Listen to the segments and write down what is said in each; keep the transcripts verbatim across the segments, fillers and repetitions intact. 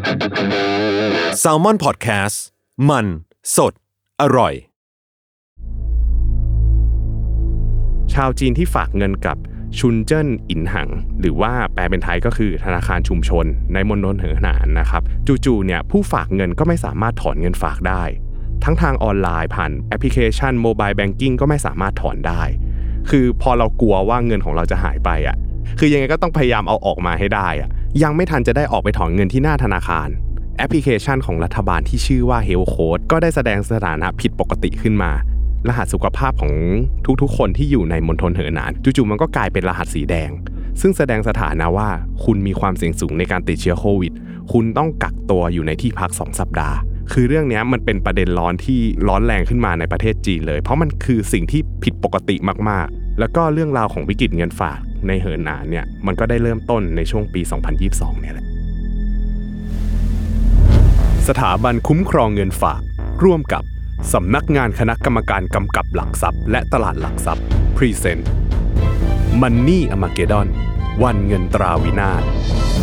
Salmon Podcast มันสดอร่อยชาวจีนที่ฝากเงินกับชุนเจิ้นอินหังหรือว่าแปลเป็นไทยก็คือธนาคารชุมชนในมณฑลเหอหนานนะครับจู่ๆเนี่ยผู้ฝากเงินก็ไม่สามารถถอนเงินฝากได้ทั้งทางออนไลน์ผ่านแอปพลิเคชันโมบายแบงกิ้งก็ไม่สามารถถอนได้คือพอเรากลัวว่าเงินของเราจะหายไปอ่ะคือยังไงก็ต้องพยายามเอาออกมาให้ได้อ่ะยังไม่ทันจะได้ออกไปถอนเงินที่หน้าธนาคารแอปพลิเคชันของรัฐบาลที่ชื่อว่า Health Code ก็ได้แสดงสถานะผิดปกติขึ้นมารหัสสุขภาพของทุกๆคนที่อยู่ในมณฑลเหอหนานจู่ๆมันก็กลายเป็นรหัสสีแดงซึ่งแสดงสถานะว่าคุณมีความเสี่ยงสูงในการติดเชื้อโควิดคุณต้องกักตัวอยู่ในที่พักสองสัปดาห์คือเรื่องนี้มันเป็นประเด็นร้อนที่ร้อนแรงขึ้นมาในประเทศจีนเลยเพราะมันคือสิ่งที่ผิดปกติมากๆแล้วก็เรื่องราวของวิกฤตเงินฝากในเหอหนานเนี่ยมันก็ได้เริ่มต้นในช่วงปีสองพันยี่สิบสองเนี่ยแหละสถาบันคุ้มครองเงินฝากร่วมกับสำนักงานคณะกรรมการกำกับหลักทรัพย์และตลาดหลักทรัพย์ Present Money Armageddon วันเงินตราวินาศ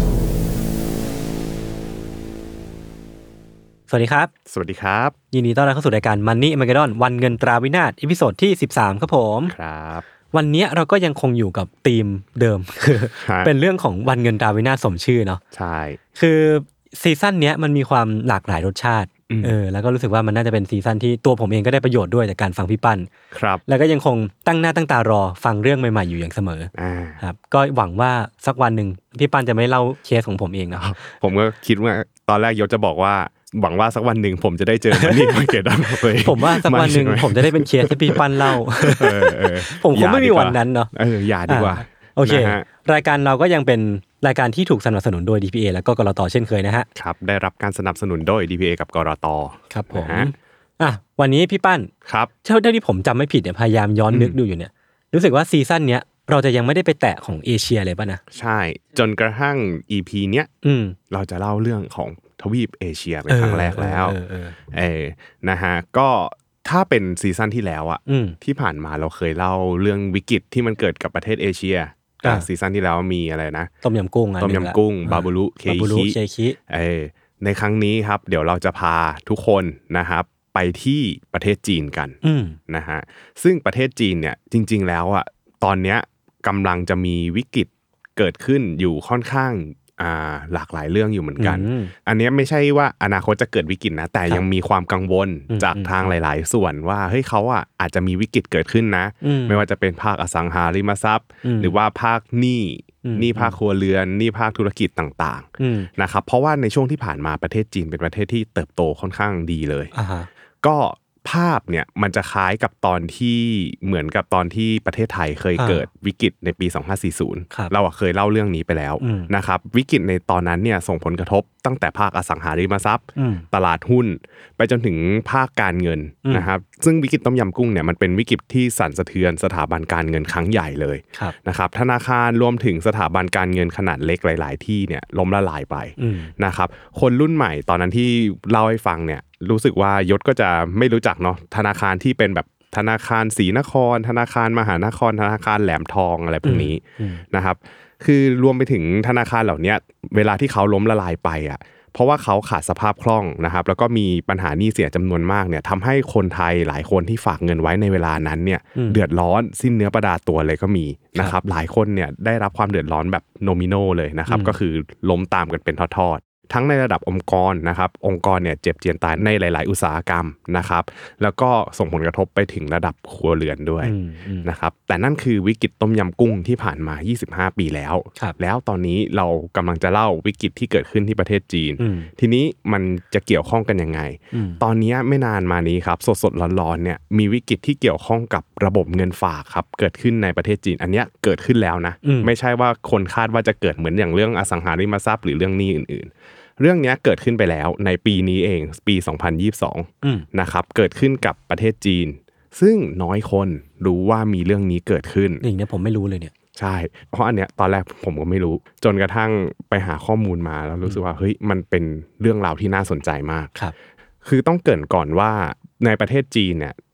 สวัสดีครับสวัสดีครับยินดีต้อนรับเข้าสู่รายการ Money Armageddon วันเงินตราวินาศอีพิโซดที่สิบสามครับผมครับวันนี้เราก็ยังคงอยู่กับธีมเดิมคือเป็นเรื่องของวันเงินตราวินาศสมชื่อเนาะใช่คือซีซั่นเนี้ยมันมีความหลากหลายรสชาติเออแล้วก็รู้สึกว่ามันน่าจะเป็นซีซั่นที่ตัวผมเองก็ได้ประโยชน์ด้วยจากการฟังพี่ปั้นครับแล้วก็ยังคงตั้งหน้าตั้งตารอฟังเรื่องใหม่ๆอยู่อย่างเสมออ่าครับก็หวังว่าสักวันนึงพี่ปั้นจะไม่เล่าเคสของผมเองนะผมก็คิดว่าตอนแรกยศจะบอกว่าหวังว่าสักวันนึงผมจะได้เจอมันนี่มาเกิดได้เลยผมว่าสักวันนึงผมจะได้เป็นเคสที่พี่ปั้นเล่าผมคงไม่มีวันนั้นเนาะเอออย่าดีกว่าโอเครายการเราก็ยังเป็นรายการที่ถูกสนับสนุนโดย ดี พี เอ แล้วก็กลต.เช่นเคยนะฮะครับได้รับการสนับสนุนโดย ดี พี เอ กับกลต. ครับผมอ่ะวันนี้พี่ปั้นครับเท่าที่ผมจำไม่ผิดเนี่ยพยายามย้อนนึกดูอยู่เนี่ยรู้สึกว่าซีซั่นเนี้ยเราจะยังไม่ได้ไปแตะของเอเชียเลยป่ะนะใช่จนกระทั่ง อี พี เนี้ยเราจะเล่าเรื่องของทวีปเอเชียเป็นครั้งแรกแล้วเออนะฮะก็ถ้าเป็นซีซั่นที่แล้วอะที่ผ่านมาเราเคยเล่าเรื่องวิกฤตที่มันเกิดกับประเทศเอเชียซีซั่นที่แล้วมีอะไรนะต้มยำกุ้งต้มยำกุ้งบาบูรุเคคิเออในครั้งนี้ครับเดี๋ยวเราจะพาทุกคนนะครับไปที่ประเทศจีนกันนะฮะซึ่งประเทศจีนเนี่ยจริงๆแล้วอ่ะตอนเนี้ยกำลังจะมีวิกฤตเกิดขึ้นอยู่ค่อนข้างอ่าหลากหลายเรื่องอยู่เหมือนกันอันนี้ไม่ใช่ว่าอนาคตจะเกิดวิกฤตนะแต่ยังมีความกังวลจากทางหลายๆส่วนว่าเฮ้ยเขาอ่ะอาจจะมีวิกฤตเกิดขึ้นนะไม่ว่าจะเป็นภาคอสังหาริมทรัพย์หรือว่าภาคหนี้หนี้ภาคครัวเรือนหนี้ภาคธุรกิจต่างๆนะครับเพราะว่าในช่วงที่ผ่านมาประเทศจีนเป็นประเทศที่เติบโตค่อนข้างดีเลยก็ภาพเนี่ยมันจะคล้ายกับตอนที่เหมือนกับตอนที่ประเทศไทยเคยเกิดวิกฤตในปีสองพันห้าร้อยสี่สิบเราเคยเล่าเรื่องนี้ไปแล้วนะครับวิกฤตในตอนนั้นเนี่ยส่งผลกระทบตั้งแต่ภาคอสังหาริมทรัพย์ตลาดหุ้นไปจนถึงภาคการเงินนะครับซึ่งวิกฤตต้มยำกุ้งเนี่ยมันเป็นวิกฤตที่สั่นสะเทือนสถาบันการเงินครั้งใหญ่เลยนะครับธนาคารรวมถึงสถาบันการเงินขนาดเล็กหลายๆที่เนี่ยล้มละลายไปนะครับคนรุ่นใหม่ตอนนั้นที่เล่าให้ฟังเนี่ยรู้สึกว่ายศก็จะไม่รู้จักเนาะธนาคารที่เป็นแบบธนาคารศรีนครธนาคารมหานครธนาคารแหลมทองอะไรพวกนี้นะครับคือรวมไปถึงธนาคารเหล่านี้เวลาที่เขาล้มละลายไปอ่ะเพราะว่าเขาขาดสภาพคล่องนะครับแล้วก็มีปัญหาหนี้เสียจำนวนมากเนี่ยทำให้คนไทยหลายคนที่ฝากเงินไว้ในเวลานั้นเนี่ยเดือดร้อนสิ้นเนื้อประดาตัวเลยก็มีนะครับหลายคนเนี่ยได้รับความเดือดร้อนแบบโนมิโนเลยนะครับก็คือล้มตามกันเป็นทอดทั้งในระดับองค์กรนะครับองค์กรเนี่ยเจ็บเจียนตายในหลายๆอุตสาหกรรมนะครับแล้วก็ส่งผลกระทบไปถึงระดับครัวเรือนด้วยนะครับแต่นั่นคือวิกฤตต้มยำกุ้งที่ผ่านมายี่สิบห้าปีแล้วแล้วตอนนี้เรากำลังจะเล่าวิกฤตที่เกิดขึ้นที่ประเทศจีนทีนี้มันจะเกี่ยวข้องกันยังไงตอนนี้ไม่นานมานี้ครับสดๆร้อนๆเนี่ยมีวิกฤตที่เกี่ยวข้องกับระบบเงินฝากครับเกิดขึ้นในประเทศจีนอันนี้เกิดขึ้นแล้วนะไม่ใช่ว่าคนคาดว่าจะเกิดเหมือนอย่างเรื่องอสังหาริมทรัพย์หรือเรื่องหนี้อื่นๆเรื่องนี้เกิดขึ้นไปแล้วในปีนี้เองปีสองพันยี่สิบสองนะครับเกิดขึ้นกับประเทศจีนซึ่งน้อยคนรู้ว่ามีเรื่องนี้เกิดขึ้นอย่างนี้ผมไม่รู้เลยเนี่ยใช่เพราะอันเนี้ยตอนแรกผมก็ไม่รู้จนกระทั่งไปหาข้อมูลมาแล้วรู้สึกว่าเฮ้ยมันเป็นเรื่องราวที่น่าสนใจมากครับคือต้องเกริ่นก่อนว่าในประเทศจีนเนี่ย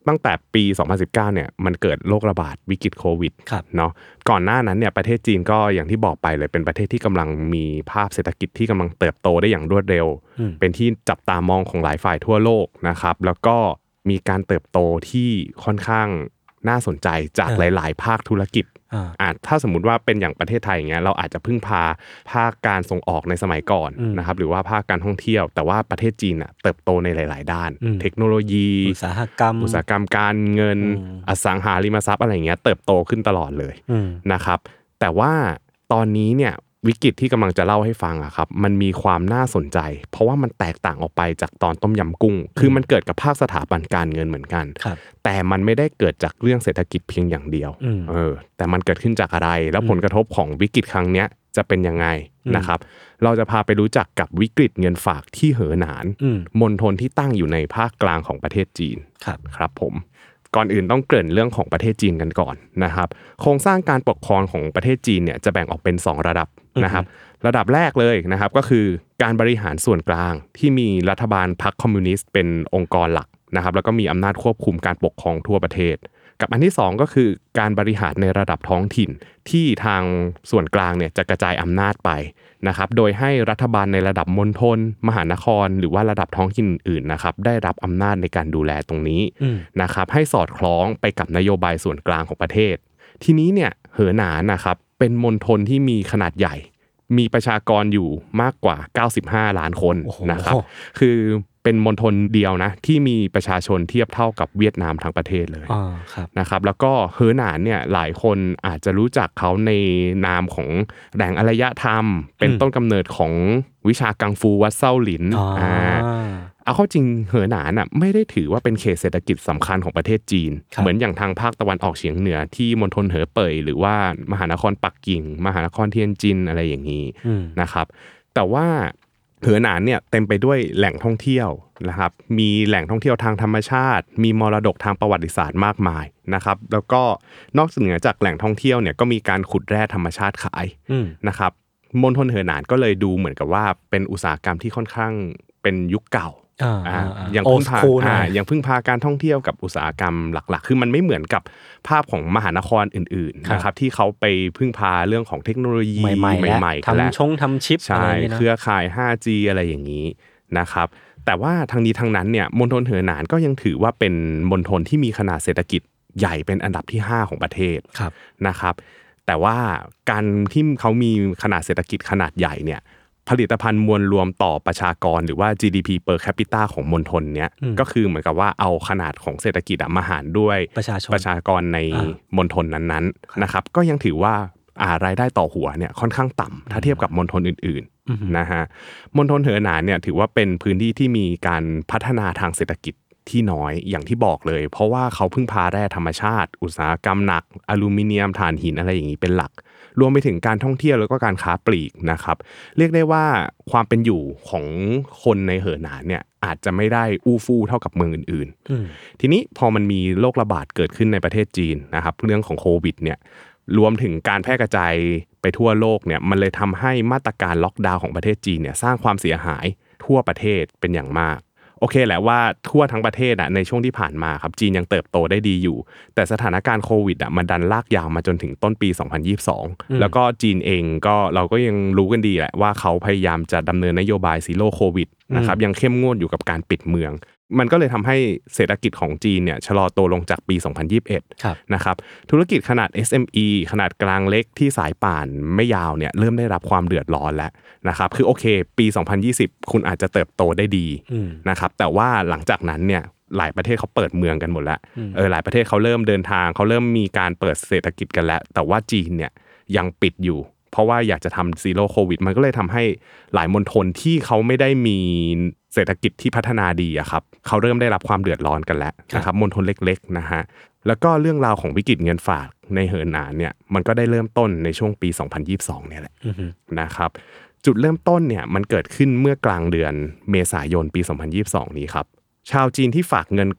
ตั้งแต่ปีสองพันสิบเก้าเนี่ยมันเกิดโรคระบาดวิกฤตโควิดเนาะก่อนหน้านั้นเนี่ยประเทศจีนก็อย่างที่บอกไปเลยเป็นประเทศที่กำลังมีภาพเศรษฐกิจที่กำลังเติบโตได้อย่างรวดเร็วเป็นที่จับตามองของหลายฝ่ายทั่วโลกนะครับแล้วก็มีการเติบโตที่ค่อนข้างน่าสนใจจากหลายๆภาคธุรกิจอาจถ้าสมมุติว่าเป็นอย่างประเทศไทยอย่างเงี้ยเราอาจจะพึ่งพาภาคการส่งออกในสมัยก่อนนะครับหรือว่าภาคการท่องเที่ยวแต่ว่าประเทศจีนน่ะเติบโตในหลายๆด้านเทคโนโลยีอุตสาหกรรมอุตสาหกรรมการเงินอสังหาริมทรัพย์อะไรเงี้ยเติบโตขึ้นตลอดเลยนะครับแต่ว่าตอนนี้เนี่ยวิกฤตที่กำลังจะเล่าให้ฟังอะครับมันมีความน่าสนใจเพราะว่ามันแตกต่างออกไปจากตอนต้มยำกุ้งคือมันเกิดกับภาคสถาบันการเงินเหมือนกันแต่มันไม่ได้เกิดจากเรื่องเศรษฐกิจเพียงอย่างเดียวเออแต่มันเกิดขึ้นจากอะไรแล้วผลกระทบของวิกฤตครั้งเนี้ยจะเป็นยังไงนะครับเราจะพาไปรู้จักกับวิกฤตเงินฝากที่เหอหนานมณฑลที่ตั้งอยู่ในภาคกลางของประเทศจีนครับครับผมก่อนอื่นต้องเกริ่นเรื่องของประเทศจีนกันก่อนนะครับโครงสร้างการปกครองของประเทศจีนเนี่ยจะแบ่งออกเป็นสองระดับนะครับระดับแรกเลยนะครับก็คือการบริหารส่วนกลางที่มีรัฐบาลพรรคคอมมิวนิสต์เป็นองค์กรหลักนะครับแล้วก็มีอำนาจควบคุมการปกครองทั่วประเทศกับอันที่สองก็คือการบริหารในระดับท้องถิ่นที่ทางส่วนกลางเนี่ยจะกระจายอำนาจไปนะครับโดยให้รัฐบาลในระดับมณฑลมหานครหรือว่าระดับท้องถิ่นอื่นนะครับได้รับอำนาจในการดูแลตรงนี้นะครับให้สอดคล้องไปกับนโยบายส่วนกลางของประเทศทีนี้เนี่ยเหอหนานนะครับเป็นมณฑลที่มีขนาดใหญ่มีประชากรอยู่มากกว่าเก้าสิบห้าล้านคนนะครับคือเป็นมณฑลเดียวนะที่มีประชาชนเทียบเท่ากับเวียดนามทั้งประเทศเลยนะครับแล้วก็เหอหนานเนี่ยหลายคนอาจจะรู้จักเขาในนามของแหล่งอารยธรรมเป็นต้นกำเนิดของวิชากังฟูวัดเซ้าหลินอ่าเอาเข้าจริงเหอหนานอ่ะไม่ได้ถือว่าเป็นเขตเศรษฐกิจสำคัญของประเทศจีนเหมือนอย่างทางภาคตะวันออกเฉียงเหนือที่มณฑลเหอเป่ยหรือว่ามหานครปักกิ่งมหานครเทียนจินอะไรอย่างนี้นะครับแต่ว่าเหอหนานเนี่ยเต็มไปด้วยแหล่งท่องเที่ยวนะครับมีแหล่งท่องเที่ยวทางธรรมชาติมีมรดกทางประวัติศาสตร์มากมายนะครับแล้วก็นอกเหนือจากแหล่งท่องเที่ยวเนี่ยก็มีการขุดแร่ธรรมชาติขายนะครับมณฑลเหอหนานก็เลยดูเหมือนกับว่าเป็นอุตสาหกรรมที่ค่อนข้างเป็นยุคเก่าอ่ายังพึ่งพาอ่ายังพึ่งพาการท่องเที่ยวกับอุตสาหกรรมหลักๆคือมันไม่เหมือนกับภาพของมหานครอื่นๆนะครับที่เขาไปพึ่งพาเรื่องของเทคโนโลยีใหม่ๆทำชงทำชิปใช่เครือข่าย ห้าจี อะไรอย่างนี้นะครับแต่ว่าทางนี้ทางนั้นเนี่ยมณฑลเหอหนานก็ยังถือว่าเป็นมณฑลที่มีขนาดเศรษฐกิจใหญ่เป็นอันดับที่ห้าของประเทศนะครับแต่ว่าการที่เขามีขนาดเศรษฐกิจขนาดใหญ่เนี่ยผลิตภัณฑ์มวลรวมต่อประชากรหรือว่า จี ดี พี per capita ของมณฑลเนี้ยก็คือเหมือนกับว่าเอาขนาดของเศรษฐกิจมาหารด้วยประชาชนประชากรในมณฑลนั้นๆนะครับก็ยังถือว่าอ่ารายได้ต่อหัวเนี่ยค่อนข้างต่ำถ้าเทียบกับมณฑลอื่นๆนะฮะมณฑลเหอหนานเนี่ยถือว่าเป็นพื้นที่ที่มีการพัฒนาทางเศรษฐกิจที่น้อยอย่างที่บอกเลยเพราะว่าเขาพึ่งพาแร่ธรรมชาติอุตสาหกรรมหนักอลูมิเนียมถ่านหินอะไรอย่างนี้เป็นหลักรวมไปถึงการท่องเที่ยวแล้วก็การค้าปลีกนะครับเรียกได้ว่าความเป็นอยู่ของคนในเหอหนานเนี่ยอาจจะไม่ได้อู้ฟู่เท่ากับเมืองอื่นๆทีนี้พอมันมีโรคระบาดเกิดขึ้นในประเทศจีนนะครับเรื่องของโควิดเนี่ยรวมถึงการแพร่กระจายไปทั่วโลกเนี่ยมันเลยทำให้มาตรการล็อกดาวน์ของประเทศจีนเนี่ยสร้างความเสียหายทั่วประเทศเป็นอย่างมากโอเคแหละว่าทั่วทั้งประเทศอ่ะในช่วงที่ผ่านมาครับจีนยังเติบโตได้ดีอยู่แต่สถานการณ์โควิดอ่ะมันดันลากยาวมาจนถึงต้นปีสองพันยี่สิบสองแล้วก็จีนเองก็เราก็ยังรู้กันดีแหละว่าเขาพยายามจะดำเนินนโยบายซีโร่โควิดนะครับยังเข้มงวดอยู่กับการปิดเมืองมันก็เลยทำให้เศรษฐกิจของจีนเนี่ยชะลอตัวลงจากปีสองพันยี่สิบเอ็ดนะครับธุรกิจขนาด เอส เอ็ม อี ขนาดกลางเล็กที่สายป่านไม่ยาวเนี่ยเริ่มได้รับความเดือดร้อนแล้วนะครับคือโอเคปีสองพันยี่สิบคุณอาจจะเติบโตได้ดีนะครับแต่ว่าหลังจากนั้นเนี่ยหลายประเทศเขาเปิดเมืองกันหมดแล้วเออหลายประเทศเขาเริ่มเดินทางเขาเริ่มมีการเปิดเศรษฐกิจกันแล้วแต่ว่าจีนเนี่ยยังปิดอยู่เพราะว่าอยากจะทำซีโร่โควิดมันก็เลยทำให้หลายมณฑลที่เขาไม่ได้มีเศรษฐกิจที่พัฒนาดีอะครับเขาเริ่มได้รับความเดือดร้อนกันแล้วนะครับมณฑลเล็กๆนะฮะแล้วก็เรื่องราวของวิกฤตเงินฝากในเหอหนานเนี่ยมันก็ได้เริ่มต้นในช่วงปีสองพันยี่สิบสองเนี่ยแหละนะครับจุดเริ่มต้นเนี่ยมันเกิดขึ้นเมื่อกลางเดือนเมษายนปีสองพันยี่สิบสองนี้ครับชาวจีนที่ฝากเงินกับ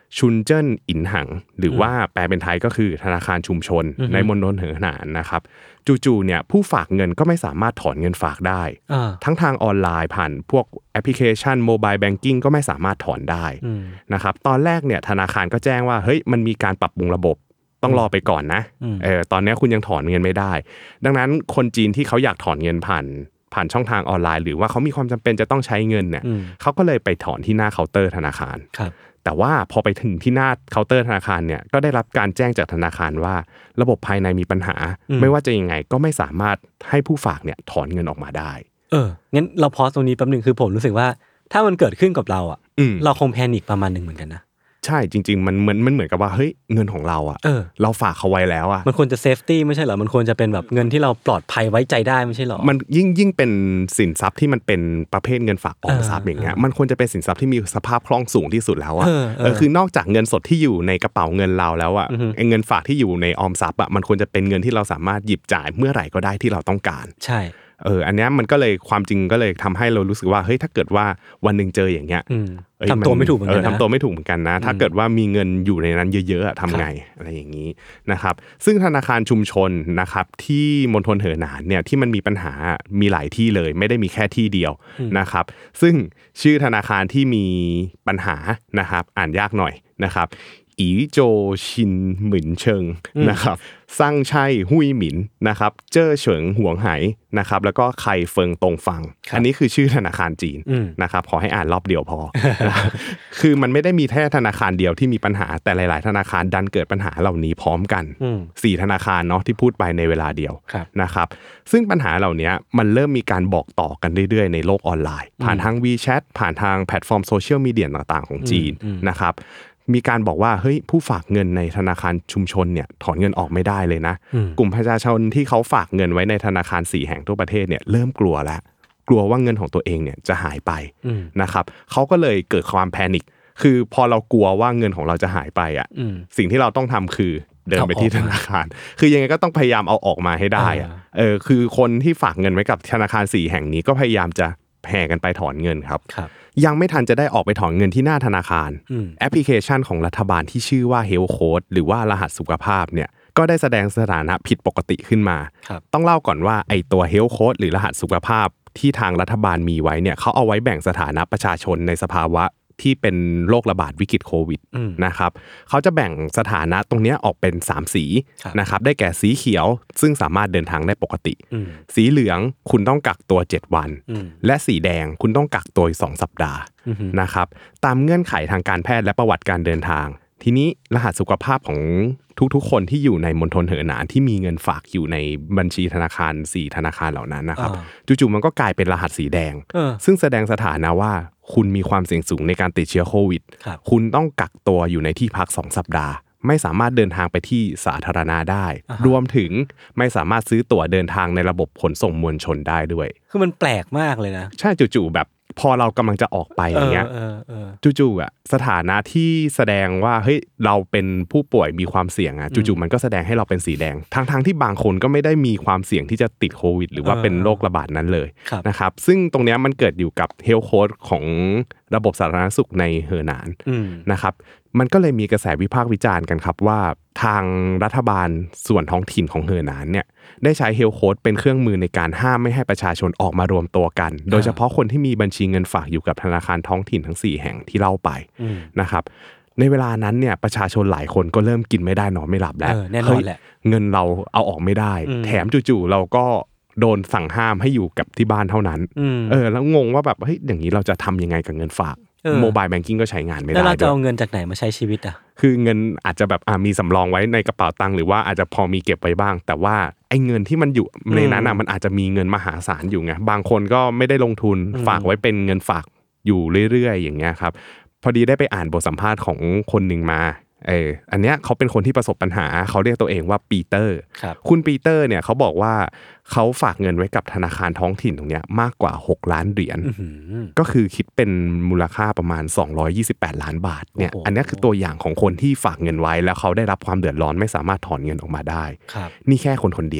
ชุนเจิ้นอินหังหรือว่าแปลเป็นไทยก็คือธนาคารชุมชนในมณฑลเหอหนานนะครับจู่ๆเนี่ยผู้ฝากเงินก็ไม่สามารถถอนเงินฝากได้ทั้งทางออนไลน์ผ่านพวกแอปพลิเคชันโมบายแบงกิ้งก็ไม่สามารถถอนได้นะครับตอนแรกเนี่ยธนาคารก็แจ้งว่าเฮ้ยมันมีการปรับปรุงระบบต้องรอไปก่อนนะเออตอนนี้คุณยังถอนเงินไม่ได้ดังนั้นคนจีนที่เขาอยากถอนเงินผ่านผ่านช่องทางออนไลน์หรือว่าเขามีความจำเป็นจะต้องใช้เงินเนี่ยเขาก็เลยไปถอนที่หน้าเคาน์เตอร์ธนาคารแต่ว่าพอไปถึงที่หน้าเคาน์เตอร์ธนาคารเนี่ยก็ได้รับการแจ้งจากธนาคารว่าระบบภายในมีปัญหาไม่ว่าจะยังไงก็ไม่สามารถให้ผู้ฝากเนี่ยถอนเงินออกมาได้เอองั้นเราพอสตรงนี้แป๊บนึงคือผมรู้สึกว่าถ้ามันเกิดขึ้นกับเราอ่ะเราคงแพนิคประมาณนึงเหมือนกันนะใช่จริงๆมันเหมือนมันเหมือนกับว่าเฮ้ยเงินของเราอ่ะเออเราฝากเขาไว้แล้วอ่ะมันควรจะเซฟตี้ไม่ใช่เหรอมันควรจะเป็นแบบเงินที่เราปลอดภัยไว้ใจได้ไม่ใช่เหรอมันยิ่งยิ่งเป็นสินทรัพย์ที่มันเป็นประเภทเงินฝากออมทรัพย์อย่างเงี้ยมันควรจะเป็นสินทรัพย์ที่มีสภาพคล่องสูงที่สุดแล้วอ่ะเออคือนอกจากเงินสดที่อยู่ในกระเป๋าเงินเราแล้วอ่ะไอ้เงินฝากที่อยู่ในออมทรัพย์อ่ะมันควรจะเป็นเงินที่เราสามารถหยิบจ่ายเมื่อไหร่ก็ได้ที่เราต้องการใช่เอออันเนี้ยมันก็เลยความจริงก็เลยทำให้เรารู้สึกว่าเฮ้ยถ้าเกิดว่าวันนึงเจออย่างเงี้ยทำตัวไม่ถูกเหมือนกันนะทำตัวไม่ถูกเหมือนกันนะถ้าเกิดว่ามีเงินอยู่ในนั้นเยอะๆทำไงอะไรอย่างนี้นะครับซึ่งธนาคารชุมชนนะครับที่มณฑลเหอหนานเนี่ยที่มันมีปัญหามีหลายที่เลยไม่ได้มีแค่ที่เดียวนะครับซึ่งชื่อธนาคารที่มีปัญหานะครับอ่านยากหน่อยนะครับอีโจชินหมินเชิงนะครับซั่งไช่หุยหมินนะครับเจ้อเฉิงหวงไหนะครับแล้วก็ไคเฟิงตงฟังอันนี้คือชื่อธนาคารจีนนะครับขอให้อ่านรอบเดียวพอ คือมันไม่ได้มีแค่ธนาคารเดียวที่มีปัญหาแต่หลายๆธนาคารดันเกิดปัญหาเหล่านี้พร้อมกันสี่ธนาคารเนาะที่พูดไปในเวลาเดียวนะครับซึ่งปัญหาเหล่านี้มันเริ่มมีการบอกต่อกันเรื่อยๆในโลกออนไลน์ผ่านทาง WeChat ผ่านทางแพลตฟอร์มโซเชียลมีเดียต่างๆของจีนนะครับมีการบอกว่าเฮ้ยผู้ฝากเงินในธนาคารชุมชนเนี่ยถอนเงินออกไม่ได้เลยนะกลุ่มประชาชนที่เขาฝากเงินไว้ในธนาคารสี่แห่งทั่วประเทศเนี่ยเริ่มกลัวแล้วกลัวว่าเงินของตัวเองเนี่ยจะหายไปนะครับเขาก็เลยเกิดความแพนิคคือพอเรากลัวว่าเงินของเราจะหายไปอ่ะสิ่งที่เราต้องทำคือเดินไปที่ธนาคารคือยังไงก็ต้องพยายามเอาออกมาให้ได้อ่ะเออคือคนที่ฝากเงินไว้กับธนาคารสี่แห่งนี้ก็พยายามจะแห่กันไปถอนเงินครับยังไม่ทันจะได้ออกไปถอนเงินที่หน้าธนาคารแอปพลิเคชันของรัฐบาลที่ชื่อว่า Health Code หรือว่ารหัสสุขภาพเนี่ยก็ได้แสดงสถานะผิดปกติขึ้นมาต้องเล่าก่อนว่าไอตัว Health Code หรือรหัสสุขภาพที่ทางรัฐบาลมีไว้เนี่ยเขาเอาไว้แบ่งสถานะประชาชนในสภาวะที่เป็นโรคระบาดวิกฤตโควิดนะครับเขาจะแบ่งสถานะตรงนี้ออกเป็นสามสีนะครับได้แก่สีเขียวซึ่งสามารถเดินทางได้ปกติสีเหลืองคุณต้องกักตัวเจ็ดวันและสีแดงคุณต้องกักตัวสองสัปดาห์นะครับตามเงื่อนไขทางการแพทย์และประวัติการเดินทางทีนี้รหัสสุขภาพของทุกๆคนที่อยู่ในมณฑลเหอหนานที่มีเงินฝากอยู่ในบัญชีธนาคารสี่ธนาคารเหล่านั้นนะครับจู่ๆมันก็กลายเป็นรหัสสีแดงซึ่งแสดงสถานะว่าคุณมีความเสี่ยงสูงในการติดเชื้อโควิดคุณต้องกักตัวอยู่ในที่พักสองสัปดาห์ไม่สามารถเดินทางไปที่สาธารณะได้รวมถึงไม่สามารถซื้อตั๋วเดินทางในระบบขนส่งมวลชนได้ด้วยคือมันแปลกมากเลยนะใช่จู่ๆแบบพอเรากำลังจะออกไปอย่างเงี้ยจู่ๆอ่ะสถานะที่แสดงว่าเฮ้ยเราเป็นผู้ป่วยมีความเสี่ยงอ่ะจู่ๆมันก็แสดงให้เราเป็นสีแดงทั้งๆที่บางคนก็ไม่ได้มีความเสี่ยงที่จะติดโควิดหรือว่าเป็นโรคระบาดนั้นเลยนะครับซึ่งตรงเนี้ยมันเกิดอยู่กับ Health Code ของระบบสาธารณสุขในเหอหนานนะครับมันก็เลยมีกระแสวิพากษ์วิจารณ์กันครับว่าทางรัฐบาลส่วนท้องถิ่นของเหอหนานเนี่ยได้ใช้ Health Code เป็นเครื่องมือในการห้ามไม่ให้ประชาชนออกมารวมตัวกันโดยเฉพาะคนที่มีบัญชีเงินฝากอยู่กับธนาคารท้องถิ่นทั้งสี่แห่งที่เล่าไปนะครับในเวลานั้นเนี่ยประชาชนหลายคนก็เริ่มกินไม่ได้นอนไม่หลับแล้วแน่นอนแหละเงินเราเอาออกไม่ได้แถมจู่ๆเราก็โดนสั่งห้ามให้อยู่กับที่บ้านเท่านั้นเออแล้วงงว่าแบบเฮ้ยอย่างนี้เราจะทำยังไงกับเงินฝากโมบายแบงกิ้งก็ใช้งานไม่ได้แล้วเราจะเอาเงินจากไหนมาใช้ชีวิตอ่ะคือเงินอาจจะแบบมีสำรองไว้ในกระเป๋าตังค์หรือว่าอาจจะพอมีเก็บไว้บ้างแต่ว่าไอ้เงินที่มันอยู่ในนั้นอ่ะมันอาจจะมีเงินมหาศาลอยู่ไงบางคนก็ไม่ได้ลงทุนฝากไว้เป็นเงินฝากอยู่เรื่อยๆอย่างเงี้ยครับพอดีได้ไปอ่านบทสัมภาษณ์ของคนหนึ่งมาเอออันเนี้ยเขาเป็นคนที่ประสบปัญหาเขาเรียกตัวเองว่าปีเตอร์คุณปีเตอร์เนี่ยเขาบอกว่าเขาฝากเงินไว้กับธนาคารท้องถิ่นตรงเนี้ยมากกว่าหกล้านเหรียญก็คือคิดเป็นมูลค่าประมาณสองร้อยยี่สิบแปดล้านบาทเนี่ยอันนี้คือตัวอย่างของคนที่ฝากเงินไว้แล้วเขาได้รับความเดือดร้อนไม่สามารถถอนเงินออกมาได้นี่แค่คนคนเดียวนะ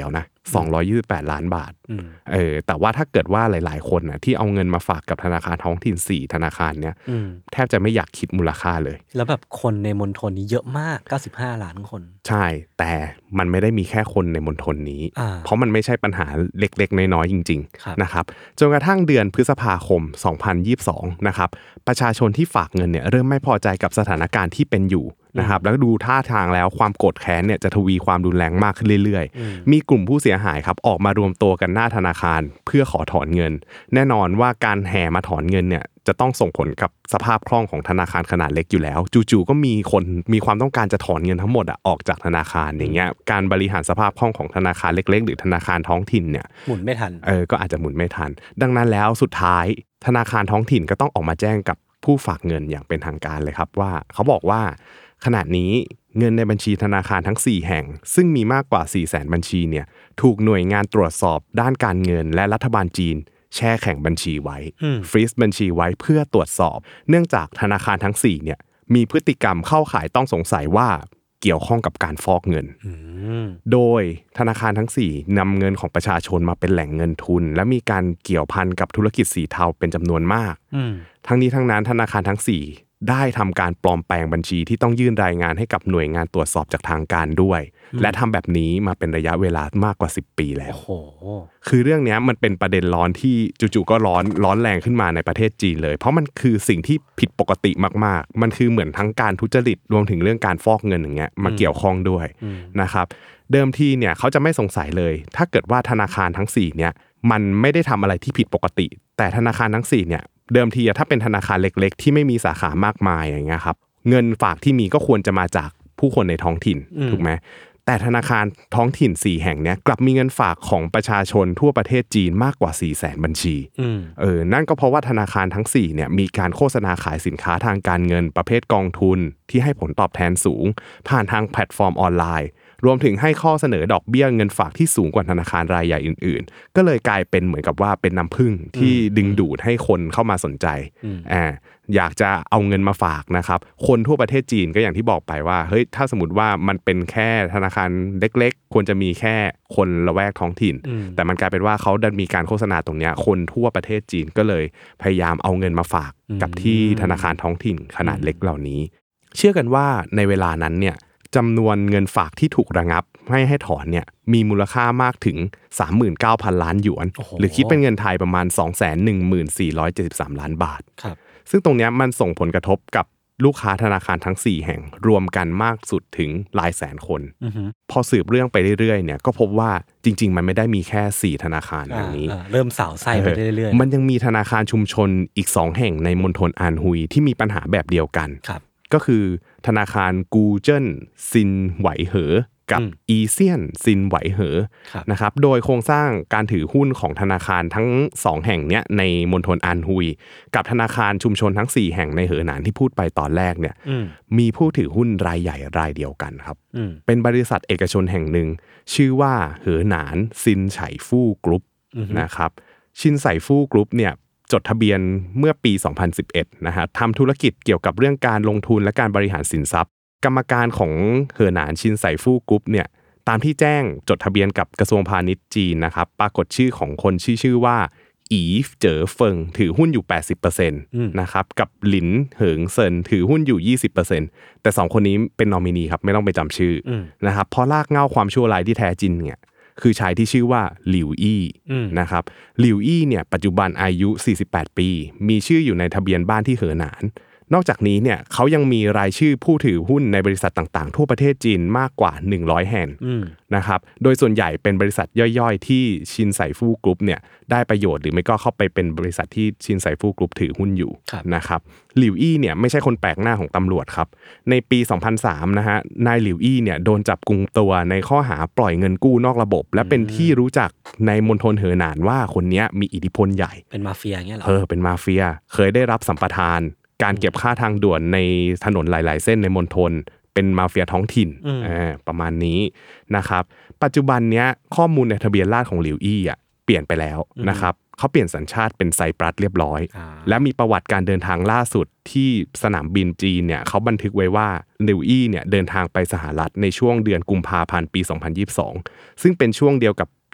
สองร้อยยี่สิบแปดล้านบาทเออแต่ว่าถ้าเกิดว่าหลายๆคนน่ะที่เอาเงินมาฝากกับธนาคารท้องถิ่นสี่ธนาคารเนี้ยแทบจะไม่อยากคิดมูลค่าเลยแล้วแบบคนในมณฑลนี้เยอะมากเก้าสิบห้าล้านคนใช่แต่มันไม่ได้มีแค่คนในมณฑลนี้เพราะมันไม่ใช่ปัญหาเล็กๆน้อยๆจริงๆนะครับจนกระทั่งเดือนพฤษภาคมสองพันยี่สิบสองนะครับประชาชนที่ฝากเงินเนี่ยเริ่มไม่พอใจกับสถานการณ์ที่เป็นอยู่นะครับแล้วดูท่าทางแล้วความโกรธแค้นเนี่ยจะทวีความรุนแรงมากขึ้นเรื่อยๆมีกลุ่มผู้เสียหายครับออกมารวมตัวกันหน้าธนาคารเพื่อขอถอนเงินแน่นอนว่าการแห่มาถอนเงินเนี่ยจะต้องส่งผลกับสภาพคล่องของธนาคารขนาดเล็กอยู่แล้วจู่ๆก็มีคนมีความต้องการจะถอนเงินทั้งหมดอ่ะออกจากธนาคารอย่างเงี้ยการบริหารสภาพคล่องของธนาคารเล็กๆหรือธนาคารท้องถิ่นเนี่ยหมุนไม่ทันเออก็อาจจะหมุนไม่ทันดังนั้นแล้วสุดท้ายธนาคารท้องถิ่นก็ต้องออกมาแจ้งกับผู้ฝากเงินอย่างเป็นทางการเลยครับว่าเขาบอกว่าขณะนี้เงินในบัญชีธนาคารทั้งสี่แห่งซึ่งมีมากกว่า สี่แสน บัญชีเนี่ยถูกหน่วยงานตรวจสอบด้านการเงินและรัฐบาลจีนแช่แข็งบัญชีไว้ฟรีซบัญชีไว้เพื่อตรวจสอบเนื่องจากธนาคารทั้งสี่เนี่ยมีพฤติกรรมเข้าข่ายต้องสงสัยว่าเกี่ยวข้องกับการฟอกเงินโดยธนาคารทั้งสี่นำเงินของประชาชนมาเป็นแหล่งเงินทุนและมีการเกี่ยวพันกับธุรกิจสีเทาเป็นจำนวนมากทั้งนี้ทั้งนั้นธนาคารทั้งสี่ได้ทำการปลอมแปลงบัญชีที่ต้องยื่นรายงานให้กับหน่วยงานตรวจสอบจากทางการด้วยและทำแบบนี้มาเป็นระยะเวลามากกว่าสิบปีแล้วโอ้โหคือเรื่องนี้มันเป็นประเด็นร้อนที่จู่ๆก็ร้อนร้อนแรงขึ้นมาในประเทศจีนเลยเพราะมันคือสิ่งที่ผิดปกติมากๆมันคือเหมือนทั้งการทุจริตรวมถึงเรื่องการฟอกเงินอย่างเงี้ยมาเกี่ยวข้องด้วยนะครับเดิมทีเนี่ยเขาจะไม่สงสัยเลยถ้าเกิดว่าธนาคารทั้งสี่เนี่ยมันไม่ได้ทำอะไรที่ผิดปกติแต่ธนาคารทั้งสี่เนี่ยเดิมทีถ้าเป็นธนาคารเล็กๆที่ไม่มีสาขามากมายอย่างเงี้ยครับเงินฝากที่มีก็ควรจะมาจากผู้คนในท้องถิ่นถูกไหมแต่ธนาคารท้องถิ่นสี่แห่งเนี้ยกลับมีเงินฝากของประชาชนทั่วประเทศจีนมากกว่า สี่แสน บัญชีเออนั่นก็เพราะว่าธนาคารทั้งสี่เนี่ยมีการโฆษณาขายสินค้าทางการเงินประเภทกองทุนที่ให้ผลตอบแทนสูงผ่านทางแพลตฟอร์มออนไลน์รวมถึงให้ข้อเสนอดอกเบี้ยเงินฝากที่สูงกว่าธนาคารรายใหญ่อื่นๆก็เลยกลายเป็นเหมือนกับว่าเป็นน้ำผึ้งที่ดึงดูดให้คนเข้ามาสนใจอ่าอยากจะเอาเงินมาฝากนะครับคนทั่วประเทศจีนก็อย่างที่บอกไปว่าเฮ้ยถ้าสมมติว่ามันเป็นแค่ธนาคารเล็กๆควรจะมีแค่คนละแวกท้องถิ่นแต่มันกลายเป็นว่าเขาดันมีการโฆษณาตรงนี้คนทั่วประเทศจีนก็เลยพยายามเอาเงินมาฝากกับที่ธนาคารท้องถิ่นขนาดเล็กเหล่านี้เชื่อกันว่าในเวลานั้นเนี่ยจำนวนเงินฝากที่ถูกระงับให้ให้ถอนเนี่ยมีมูลค่ามากถึง สามหมื่นเก้าพัน ล้านหยวนหรือคิดเป็นเงินไทยประมาณ สองแสนหนึ่งหมื่นสี่ร้อยเจ็ดสิบสาม ล้านบาทซึ่งตรงนี้มันส่งผลกระทบกับลูกค้าธนาคารทั้งสี่แห่งรวมกันมากสุดถึงหลายแสนคนพอสืบเรื่องไปเรื่อยๆเนี่ยก็พบว่าจริงๆมันไม่ได้มีแค่สี่ธนาคารอย่างนี้เริ่มสาวไส้ไปเรื่อยๆมันยังมีธนาคารชุมชนอีกสองแห่งในมณฑลอานฮุยที่มีปัญหาแบบเดียวกันก็คือธนาคารกูเจิ้นซินไหวเหอกับอีเซียนซินไหวเหอนะครับโดยโครงสร้างการถือหุ้นของธนาคารทั้งสองแห่งเนี้ยในมณฑลอานฮุยกับธนาคารชุมชนทั้งสี่แห่งในเหอหนานที่พูดไปตอนแรกเนี่ยมีผู้ถือหุ้นรายใหญ่รายเดียวกันครับเป็นบริษัทเอกชนแห่งหนึ่งชื่อว่าเหอหนานซินไฉฟู่กรุ๊ปนะครับชินไฉฟู่กรุ๊ปเนี่ยจดทะเบียนเมื่อปีสองพันสิบเอ็ดนะฮะทำธุรกิจเกี่ยวกับเรื่องการลงทุนและการบริหารสินทรัพย์กรรมการของเหอหนานชินไฉฟู่กรุ๊ปเนี่ยตามที่แจ้งจดทะเบียนกับกระทรวงพาณิชย์จีนนะครับปรากฏชื่อของคนชื่อชื่อว่าอีฟเจ๋อเฟิงถือหุ้นอยู่ แปดสิบเปอร์เซ็นต์ นะครับกับหลินเหิงเซินถือหุ้นอยู่ ยี่สิบเปอร์เซ็นต์ แต่สองคนนี้เป็นนอมินีครับไม่ต้องไปจำชื่อนะครับเพราะรากเหง้าความชั่วร้ายที่แท้จริงเนี่ยคือชายที่ชื่อว่าหลิวอี้นะครับหลิวอี้เนี่ยปัจจุบันอายุสี่สิบแปดปีมีชื่ออยู่ในทะเบียนบ้านที่เหอหนานนอกจากนี้เนี่ยเขายังมีรายชื่อผู้ถือหุ้นในบริษัทต่างๆทั่วประเทศจีนมากกว่าหนึ่งร้อยแห่งนะครับโดยส่วนใหญ่เป็นบริษัทย่อยๆที่ชินไฉฟู่กรุ๊ปเนี่ยได้ประโยชน์หรือไม่ก็เข้าไปเป็นบริษัทที่ชินไฉฟู่กรุ๊ปถือหุ้นอยู่นะครับหลิวอี้เนี่ยไม่ใช่คนแปลกหน้าของตำรวจครับในปีสองพันสามนะฮะนายหลิวอี้เนี่ยโดนจับกุมตัวในข้อหาปล่อยเงินกู้นอกระบบและเป็นที่รู้จักในมณฑลเหอหนานว่าคนนี้มีอิทธิพลใหญ่เป็นมาเฟียเงี้ยเหรอเออเป็นมาเฟียเคยได้รับสัมปทานการเก็บค่าทางด่วนในถนนหลายๆเส้นในมณฑลเป็นมาเฟียท้องถิ่นอ่าประมาณนี้นะครับปัจจุบันเนี้ยข้อมูลในทะเบียนราษฎร์ของหลิวอี้อ่ะเปลี่ยนไปแล้วนะครับเขาเปลี่ยนสัญชาติเป็นไซปรัสเรียบร้อยและมีประวัติการเดินทางล่าสุดที่สนามบินจีนเนี่ยเขาบันทึกไว้ว่าหลิวอี้เนี่ยเดินทางไปสหรัฐในช่วงเดือนกุมภาพันธ์ปีสองพันยี่สิบสองซึ่งเป็นช่วงเดียวกับ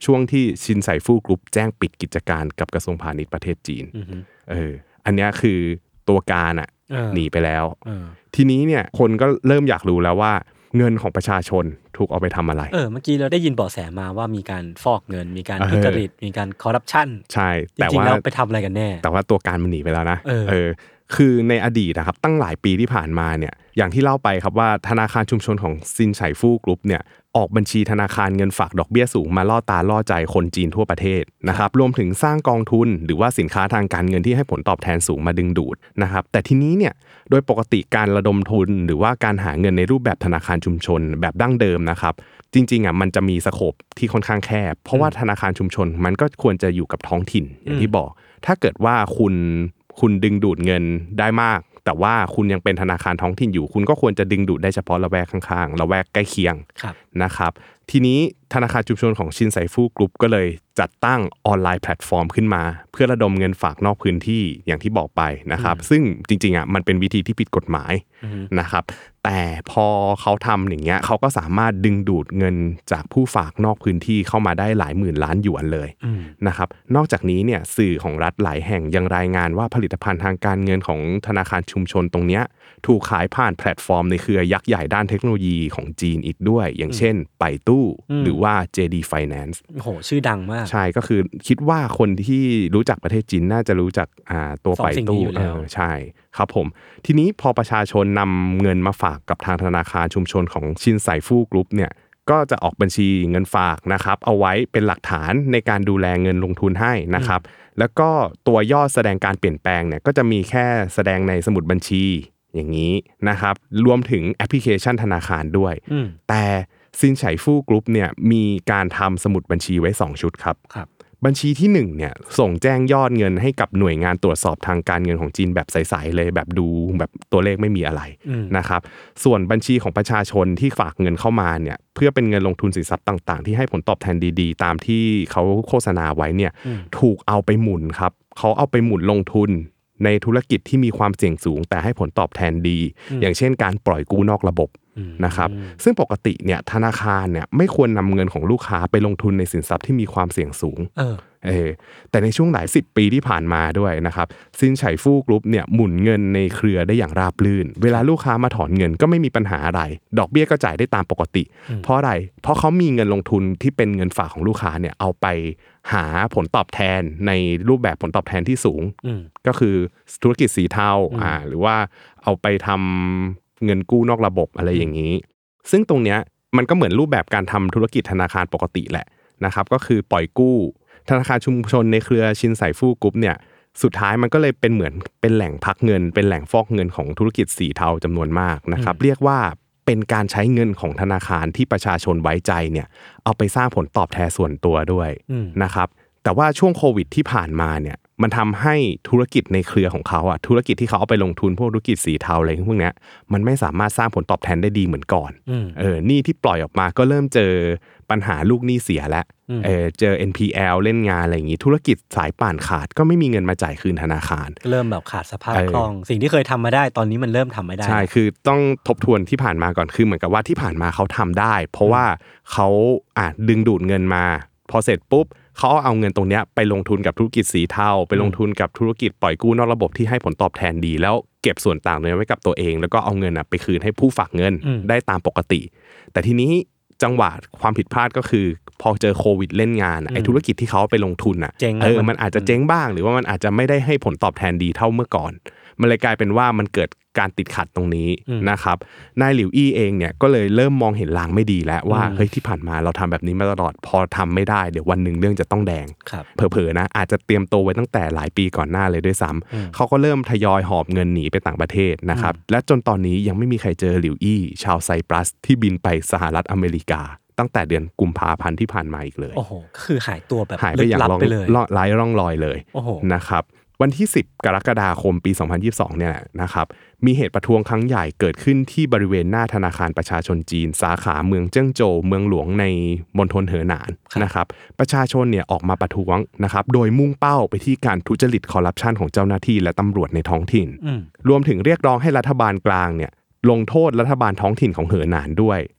ช่วงที่ชินไซฟู่กรุ๊ปแจ้งปิดกิจการกับกระทรวงพาณิชย์ประเทศจีนเอออันนี้คือตัวการอ่ะหนีไปแล้วทีนี้เนี่ยคนก็เริ่มอยากรู้แล้วว่าเงินของประชาชนถูกเอาไปทำอะไรเออเมื่อกี้เราได้ยินเบาะแสมาว่ามีการฟอกเงินมีการทุจริตมีการคอร์รัปชันใช่แต่ว่าจริงๆแล้วไปทำอะไรกันแน่แต่ว่าตัวการมันหนีไปแล้วนะเออคือในอดีตนะครับตั้งหลายปีที่ผ่านมาเนี่ยอย่างที่เล่าไปครับว่าธนาคารชุมชนของซินไฉฟู่กรุ๊ปเนี่ยออกบัญชีธนาคารเงินฝากดอกเบี้ยสูงมาล่อตาล่อใจคนจีนทั่วประเทศนะครับรวมถึงสร้างกองทุนหรือว่าสินค้าทางการเงินที่ให้ผลตอบแทนสูงมาดึงดูดนะครับแต่ทีนี้เนี่ยโดยปกติการระดมทุนหรือว่าการหาเงินในรูปแบบธนาคารชุมชนแบบดั้งเดิมนะครับจริงๆอ่ะมันจะมีสโคปที่ค่อนข้างแคบเพราะว่าธนาคารชุมชนมันก็ควรจะอยู่กับท้องถิ่นอย่างที่บอกถ้าเกิดว่าคุณคุณดึงดูดเงินได้มากแต่ว่าคุณยังเป็นธนาคารท้องถิ่นอยู่คุณก็ควรจะดึงดูดได้เฉพาะละแวกข้างๆละแวกใกล้เคียงนะครับทีนี้ธนาคารชุมชนของชินไซฟู่กรุ๊ปก็เลยจัดตั้งออนไลน์แพลตฟอร์มขึ้นมาเพื่อระดมเงินฝากนอกพื้นที่อย่างที่บอกไปนะครับซึ่งจริงๆอ่ะมันเป็นวิธีที่ผิดกฎหมายนะครับแต่พอเขาทำอย่างเงี้ยเขาก็สามารถดึงดูดเงินจากผู้ฝากนอกพื้นที่เข้ามาได้หลายหมื่นล้านหยวนเลยนะครับนอกจากนี้เนี่ยสื่อของรัฐหลายแห่งยังรายงานว่าผลิตภัณฑ์ทางการเงินของธนาคารชุมชนตรงเนี้ยถูกขายผ่านแพลตฟอร์มในเครือยักษ์ใหญ่ด้านเทคโนโลยีของจีนอีกด้วยอย่างเช่นไปตู้หรือว่า เจ ดี Finance โอ้โหชื่อดังมากใช่ก็คือคิดว่าคนที่รู้จักประเทศจีนน่าจะรู้จักอ่าตัวไปตู้เออใช่ครับผมทีนี้พอประชาชนนำเงินมาฝากกับทางธนาคารชุมชนของชินไซฟู่กรุ๊ปเนี่ยก็จะออกบัญชีเงินฝากนะครับเอาไว้เป็นหลักฐานในการดูแลเงินลงทุนให้นะครับแล้วก็ตัวยอดแสดงการเปลี่ยนแปลงเนี่ยก็จะมีแค่แสดงในสมุดบัญชีอย่างนี้นะครับรวมถึงแอปพลิเคชันธนาคารด้วยแต่ซินไฉฟู่กรุ๊ปเนี่ยมีการทำสมุดบัญชีไว้สองชุดครับบัญชีที่หนึ่งเนี่ยส่งแจ้งยอดเงินให้กับหน่วยงานตรวจสอบทางการเงินของจีนแบบใสๆเลยแบบดูแบบตัวเลขไม่มีอะไรนะครับส่วนบัญชีของประชาชนที่ฝากเงินเข้ามาเนี่ยเพื่อเป็นเงินลงทุนสินทรัพย์ต่างๆที่ให้ผลตอบแทนดีๆตามที่เขาโฆษณาไว้เนี่ยถูกเอาไปหมุนครับเขาเอาไปหมุนลงทุนในธุรกิจที่มีความเสี่ยงสูงแต่ให้ผลตอบแทนดีอย่างเช่นการปล่อยกู้นอกระบบนะครับซึ่งปกติเนี่ยธนาคารเนี่ยไม่ควรนำเงินของลูกค้าไปลงทุนในสินทรัพย์ที่มีความเสี่ยงสูงเออเออแต่ในช่วงหลายสิบปีที่ผ่านมาด้วยนะครับซินไฉฟู่กรุ๊ปเนี่ยหมุนเงินในเครือได้อย่างราบรื่นเวลาลูกค้ามาถอนเงินก็ไม่มีปัญหาอะไรดอกเบี้ยก็จ่ายได้ตามปกติเพราะอะไรเพราะเขามีเงินลงทุนที่เป็นเงินฝากของลูกค้าเนี่ยเอาไปหาผลตอบแทนในรูปแบบผลตอบแทนที่สูงก็คือธุรกิจสีเทาอ่าหรือว่าเอาไปทำเงินกู้นอกระบบอะไรอย่างนี้ซึ่งตรงเนี้ยมันก็เหมือนรูปแบบการทำธุรกิจธนาคารปกติแหละนะครับก็คือปล่อยกู้ธนาคารชุมชนในเครือชินไฉฟู่กรุ๊ปเนี่ยสุดท้ายมันก็เลยเป็นเหมือนเป็นแหล่งพักเงินเป็นแหล่งฟอกเงินของธุรกิจสีเทาจำนวนมากนะครับเรียกว่าเป็นการใช้เงินของธนาคารที่ประชาชนไว้ใจเนี่ยเอาไปสร้างผลตอบแทนส่วนตัวด้วยนะครับแต่ว่าช่วงโควิดที่ผ่านมาเนี่ยมันทำให้ธุรกิจในเครือของเขาอ่ะธุรกิจที่เขาเอาไปลงทุนพวกธุรกิจสีเทาอะไรพวกเนี้ยมันไม่สามารถสร้างผลตอบแทนได้ดีเหมือนก่อนเออหนี้ที่ปล่อยออกมาก็เริ่มเจอปัญหาลูกหนี้เสียแล้วเออเจอ เอ็น พี แอล เล่นงานอะไรอย่างงี้ธุรกิจสายป่านขาดก็ไม่มีเงินมาจ่ายคืนธนาคารเริ่มแบบขาดสภาพคล่องสิ่งที่เคยทำมาได้ตอนนี้มันเริ่มทำไม่ได้ใช่คือต้องทบทวนที่ผ่านมาก่อนคือเหมือนกับว่าที่ผ่านมาเขาทำได้เพราะว่าเขาอ่ะดึงดูดเงินมาพอเสร็จปุ๊บเขาเอาเงินตรงนี้ไปลงทุนกับธุรกิจสีเทาไปลงทุนกับธุรกิจปล่อยกู้นอกระบบที่ให้ผลตอบแทนดีแล้วเก็บส่วนต่างไว้กับตัวเองแล้วก็เอาเงินไปคืนให้ผู้ฝากเงินได้ตามปกติแต่ทีนี้จังหวะความผิดพลาดก็คือพอเจอโควิดเล่นงานไอ้ธุรกิจที่เขาไปลงทุนอ่ะเออมันอาจจะเจ๊งบ้างหรือว่ามันอาจจะไม่ได้ให้ผลตอบแทนดีเท่าเมื่อก่อนมันเลยกลายเป็นว่ามันเกิดการติดขัดตรงนี้นะครับนายหลิวอี้เองเนี่ยก็เลยเริ่มมองเห็นลางไม่ดีแล้วว่าเฮ้ยที่ผ่านมาเราทำแบบนี้มาตลอดพอทำไม่ได้เดี๋ยววันหนึ่งเรื่องจะต้องแดงเผลอๆนะอาจจะเตรียมตัวไว้ตั้งแต่หลายปีก่อนหน้าเลยด้วยซ้ำเขาก็เริ่มทยอยหอบเงินหนีไปต่างประเทศนะครับและจนตอนนี้ยังไม่มีใครเจอหลิวอี้ชาวไซปรัสที่บินไปสหรัฐอเมริกาตั้งแต่เดือนกุมภาพันธ์ที่ผ่านมาอีกเลยโอ้โหคือหายตัวแบบหายไปอย่างไร้ร่องรอยเลยนะครับวันที่สิบกรกฎาคมปีสองพันยี่สิบสองเนี่ยนะครับมีเหตุประท้วงครั้งใหญ่เกิดขึ้นที่บริเวณหน้าธนาคารประชาชนจีนสาขาเมืองเจิ้งโจวเมืองหลวงในมณฑลเหอหนานนะครับประชาชนเนี่ยออกมาประท้วงนะครับโดยมุ่งเป้าไปที่การทุจริตคอร์รัปชันของเจ้าหน้าที่และตำรวจในท้องถิ่นรวมถึงเรียกร้องให้รัฐบาลกลางเนี่ยลงโทษรัฐบาลท้องถิ่นของเหอหนานด้วย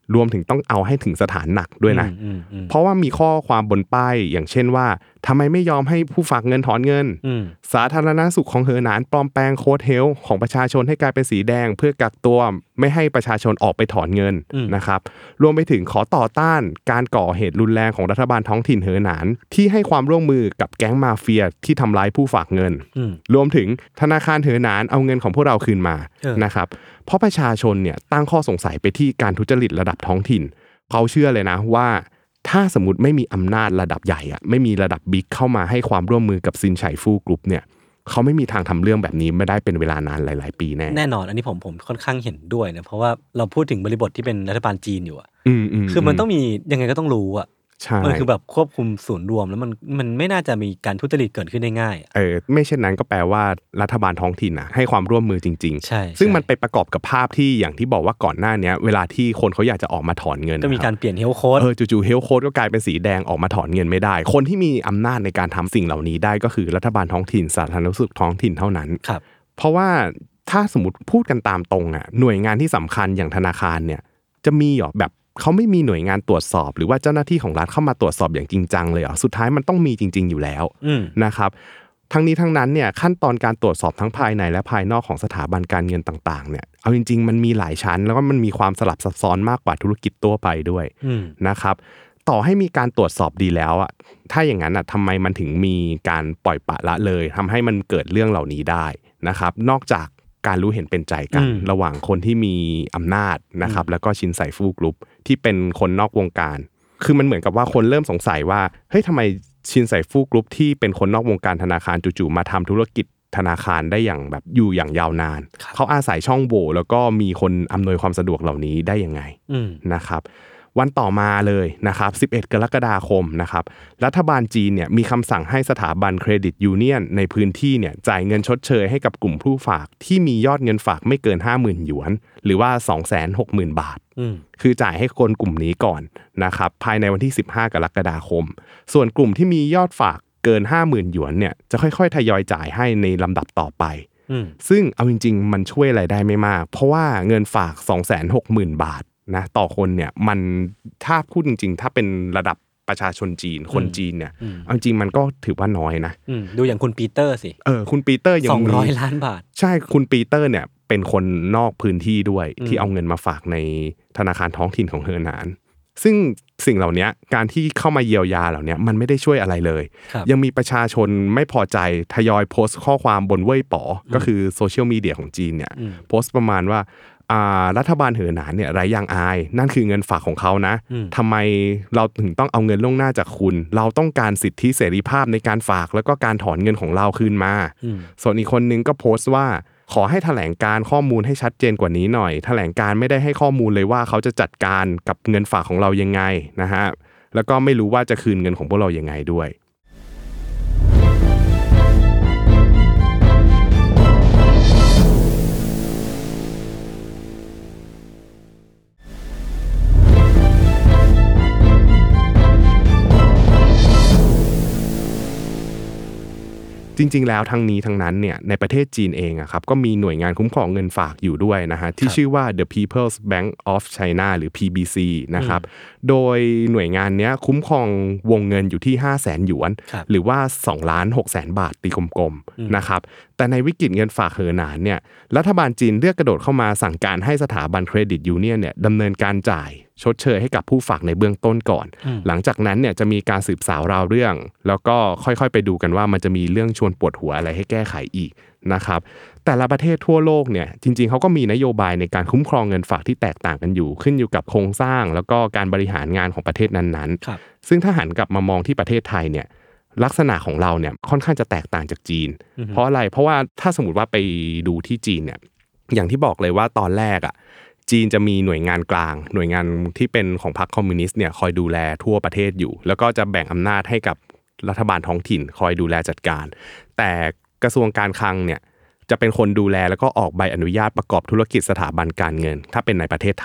รวมถึงต้องเอาให้ถึงสถานหนักด้วยนะเพราะว่ามีข้อความบนป้ายอย่างเช่นว่าทำไมไม่ยอมให้ผู้ฝากเงินถอนเงินสาธารณสุขของเหอหนานปลอมแปลงโค้ดเฮลของประชาชนให้กลายเป็นสีแดงเพื่อกักตัวไม่ให้ประชาชนออกไปถอนเงินนะครับรวมไปถึงขอต่อต้านการก่อเหตุรุนแรงของรัฐบาลท้องถิ่นเหอหนานที่ให้ความร่วมมือกับแก๊งมาเฟียที่ทำร้ายผู้ฝากเงินรวมถึงธนาคารเหอหนานเอาเงินของพวกเราคืนมานะครับเพราะประชาชนเนี่ยตั้งข้อสงสัยไปที่การทุจริตระดับท้องถิ่นเขาเชื่อเลยนะว่าถ้าสมมติไม่มีอำนาจระดับใหญ่อะไม่มีระดับบิ๊กเข้ามาให้ความร่วมมือกับซินไฉฟู่กรุ๊ปเนี่ยเขาไม่มีทางทำเรื่องแบบนี้ไม่ได้เป็นเวลานานหลายๆปีแน่แน่นอนอันนี้ผมผมค่อนข้างเห็นด้วยนะเพราะว่าเราพูดถึงบริบทที่เป็นรัฐบาลจีนอยู่อ่ะคือมันต้องมียังไงก็ต้องรู้อ่ะมันคือแบบควบคุมศูนย์รวมแล้วมันมันไม่น่าจะมีการทุจริตเกิดขึ้นได้ง่ายเออไม่เช่นนั้นก็แปลว่ารัฐบาลท้องถิ่นนะให้ความร่วมมือจริงๆใช่ซึ่งมันไปประกอบกับภาพที่อย่างที่บอกว่าก่อนหน้านี้เวลาที่คนเขาอยากจะออกมาถอนเงินก็มีการเปลี่ยนเฮลโค้ดเออจู่ๆเฮลโค้ดก็กลายเป็นสีแดงออกมาถอนเงินไม่ได้คนที่มีอำนาจในการทำสิ่งเหล่านี้ได้ก็คือรัฐบาลท้องถิ่นสาธารณสุขท้องถิ่นเท่านั้นครับเพราะว่าถ้าสมมติพูดกันตามตรงอ่ะหน่วยงานที่สำคัญอย่างธนาคารเนี่ยจะมีหรอแบบเขาไม่มีหน่วยงานตรวจสอบหรือว่าเจ้าหน้าที่ของรัฐเข้ามาตรวจสอบอย่างจริงจังเลยเหรอสุดท้ายมันต้องมีจริงๆอยู่แล้วนะครับทั้งนี้ทั้งนั้นเนี่ยขั้นตอนการตรวจสอบทั้งภายในและภายนอกของสถาบันการเงินต่างๆเนี่ยเอาจริงๆมันมีหลายชั้นแล้วก็มันมีความสลับซับซ้อนมากกว่าธุรกิจทั่วไปด้วยนะครับต่อให้มีการตรวจสอบดีแล้วอ่ะถ้าอย่างนั้นอ่ะทำไมมันถึงมีการปล่อยปละละเลยทำให้มันเกิดเรื่องเหล่านี้ได้นะครับนอกจากการรู้เห็นเป็นใจกันระหว่างคนที่มีอำนาจนะครับแล้วก็ชินไฉฟู่กรุ๊ปที่เป็นคนนอกวงการคือมันเหมือนกับว่าคนเริ่มสงสัยว่าเฮ้ยทำไมชินไฉฟู่กรุ๊ปที่เป็นคนนอกวงการธนาคารจู่ๆมาทำธุรกิจธนาคารได้อย่างแบบอยู่อย่างยาวนานเขาอาศัยช่องโหว่แล้วก็มีคนอำนวยความสะดวกเหล่านี้ได้ยังไงนะครับวันต่อมาเลยนะครับสิบเอ็ดกรกฎาคมนะครับรัฐบาลจีนเนี่ยมีคำสั่งให้สถาบันเครดิตยูเนียนในพื้นที่เนี่ยจ่ายเงินชดเชยให้กับกลุ่มผู้ฝากที่มียอดเงินฝากไม่เกิน ห้าหมื่น หยวนหรือว่า สองแสนหกหมื่น บาทคือจ่ายให้คนกลุ่มนี้ก่อนนะครับภายในวันที่สิบห้ากรกฎาคมส่วนกลุ่มที่มียอดฝากเกิน ห้าหมื่น หยวนเนี่ยจะค่อยๆทยอยจ่ายให้ในลำดับต่อไปซึ่งเอาจริงๆมันช่วยอะไรได้ไม่มากเพราะว่าเงินฝาก สองแสนหกหมื่น บาทนะต่อคนเนี่ยมันถ้าพูดจริงๆถ้าเป็นระดับประชาชนจีนคนจีนเนี่ยเอาจริงมันก็ถือว่าน้อยนะดูอย่างคุณปีเตอร์สิเออคุณปีเตอร์ยังมีสองร้อยล้านบาทใช่คุณปีเตอร์เนี่ยเป็นคนนอกพื้นที่ด้วยที่เอาเงินมาฝากในธนาคารท้องถิ่นของเหอหนานซึ่งสิ่งเหล่านี้การที่เข้ามาเยียวยาเหล่านี้มันไม่ได้ช่วยอะไรเลยยังมีประชาชนไม่พอใจทยอยโพสต์ข้อความบนเว่ยป๋อก็คือโซเชียลมีเดียของจีนเนี่ยโพสต์ประมาณว่ารัฐบาลเหอหนานเนี่ยไร้ยางอายนั่นคือเงินฝากของเขานะทำไมเราถึงต้องเอาเงินล่วงหน้าจากคุณเราต้องการสิทธิเสรีภาพในการฝากแล้วก็การถอนเงินของเราคืนมาส่วนอีกคนนึงก็โพสต์ว่าขอให้แถลงการข้อมูลให้ชัดเจนกว่านี้หน่อยแถลงการไม่ได้ให้ข้อมูลเลยว่าเขาจะจัดการกับเงินฝากของเรายังไงนะฮะแล้วก็ไม่รู้ว่าจะคืนเงินของพวกเรายังไงด้วยจริงๆแล้วทั้งนี้ทั้งนั้นเนี่ยในประเทศจีนเองอะครับก็มีหน่วยงานคุ้มครองเงินฝากอยู่ด้วยนะฮะที่ชื่อว่า The People's Bank of China หรือ พี บี ซี นะครับโดยหน่วยงานนี้คุ้มครองวงเงินอยู่ที่ ห้าแสน หยวนหรือว่า สองล้านหกแสน บาทตีกลมๆนะครับแต่ในวิกฤตเงินฝากเหอหนานเนี่ยรัฐบาลจีนเลือกกระโดดเข้ามาสั่งการให้สถาบันเครดิตยูเนียนเนี่ยดำเนินการจ่ายชดเชยให้กับผู้ฝากในเบื้องต้นก่อนหลังจากนั้นเนี่ยจะมีการสืบสาวราวเรื่องแล้วก็ค่อยๆไปดูกันว่ามันจะมีเรื่องชวนปวดหัวอะไรให้แก้ไขอีกนะครับแต่ละประเทศทั่วโลกเนี่ยจริงๆเขาก็มีนโยบายในการคุ้มครองเงินฝากที่แตกต่างกันอยู่ขึ้นอยู่กับโครงสร้างแล้วก็การบริหารงานของประเทศนั้นๆซึ่งถ้าหันกลับมามองที่ประเทศไทยเนี่ยลักษณะของเราเนี่ยค่อนข้างจะแตกต่างจากจีนเพราะอะไรเพราะว่าถ้าสมมติว่าไปดูที่จีนเนี่ยอย่างที่บอกเลยว่าตอนแรกอ่ะจีนจะมีหน่วยงานกลางหน่วยงานที่เป็นของพรรคคอมมิวนิสต์เนี่ยคอยดูแลทั่วประเทศอยู่แล้วก็จะแบ่งอำนาจให้กับรัฐบาลท้องถิ่นคอยดูแลจัดการแต่กระทรวงการคลังเนี่ยจะเป็นคนดูแลแล้วก็ออกใบอนุญาตประกอบธุรกิจสถาบันการเงินถ้าเป็นในประเทศไทย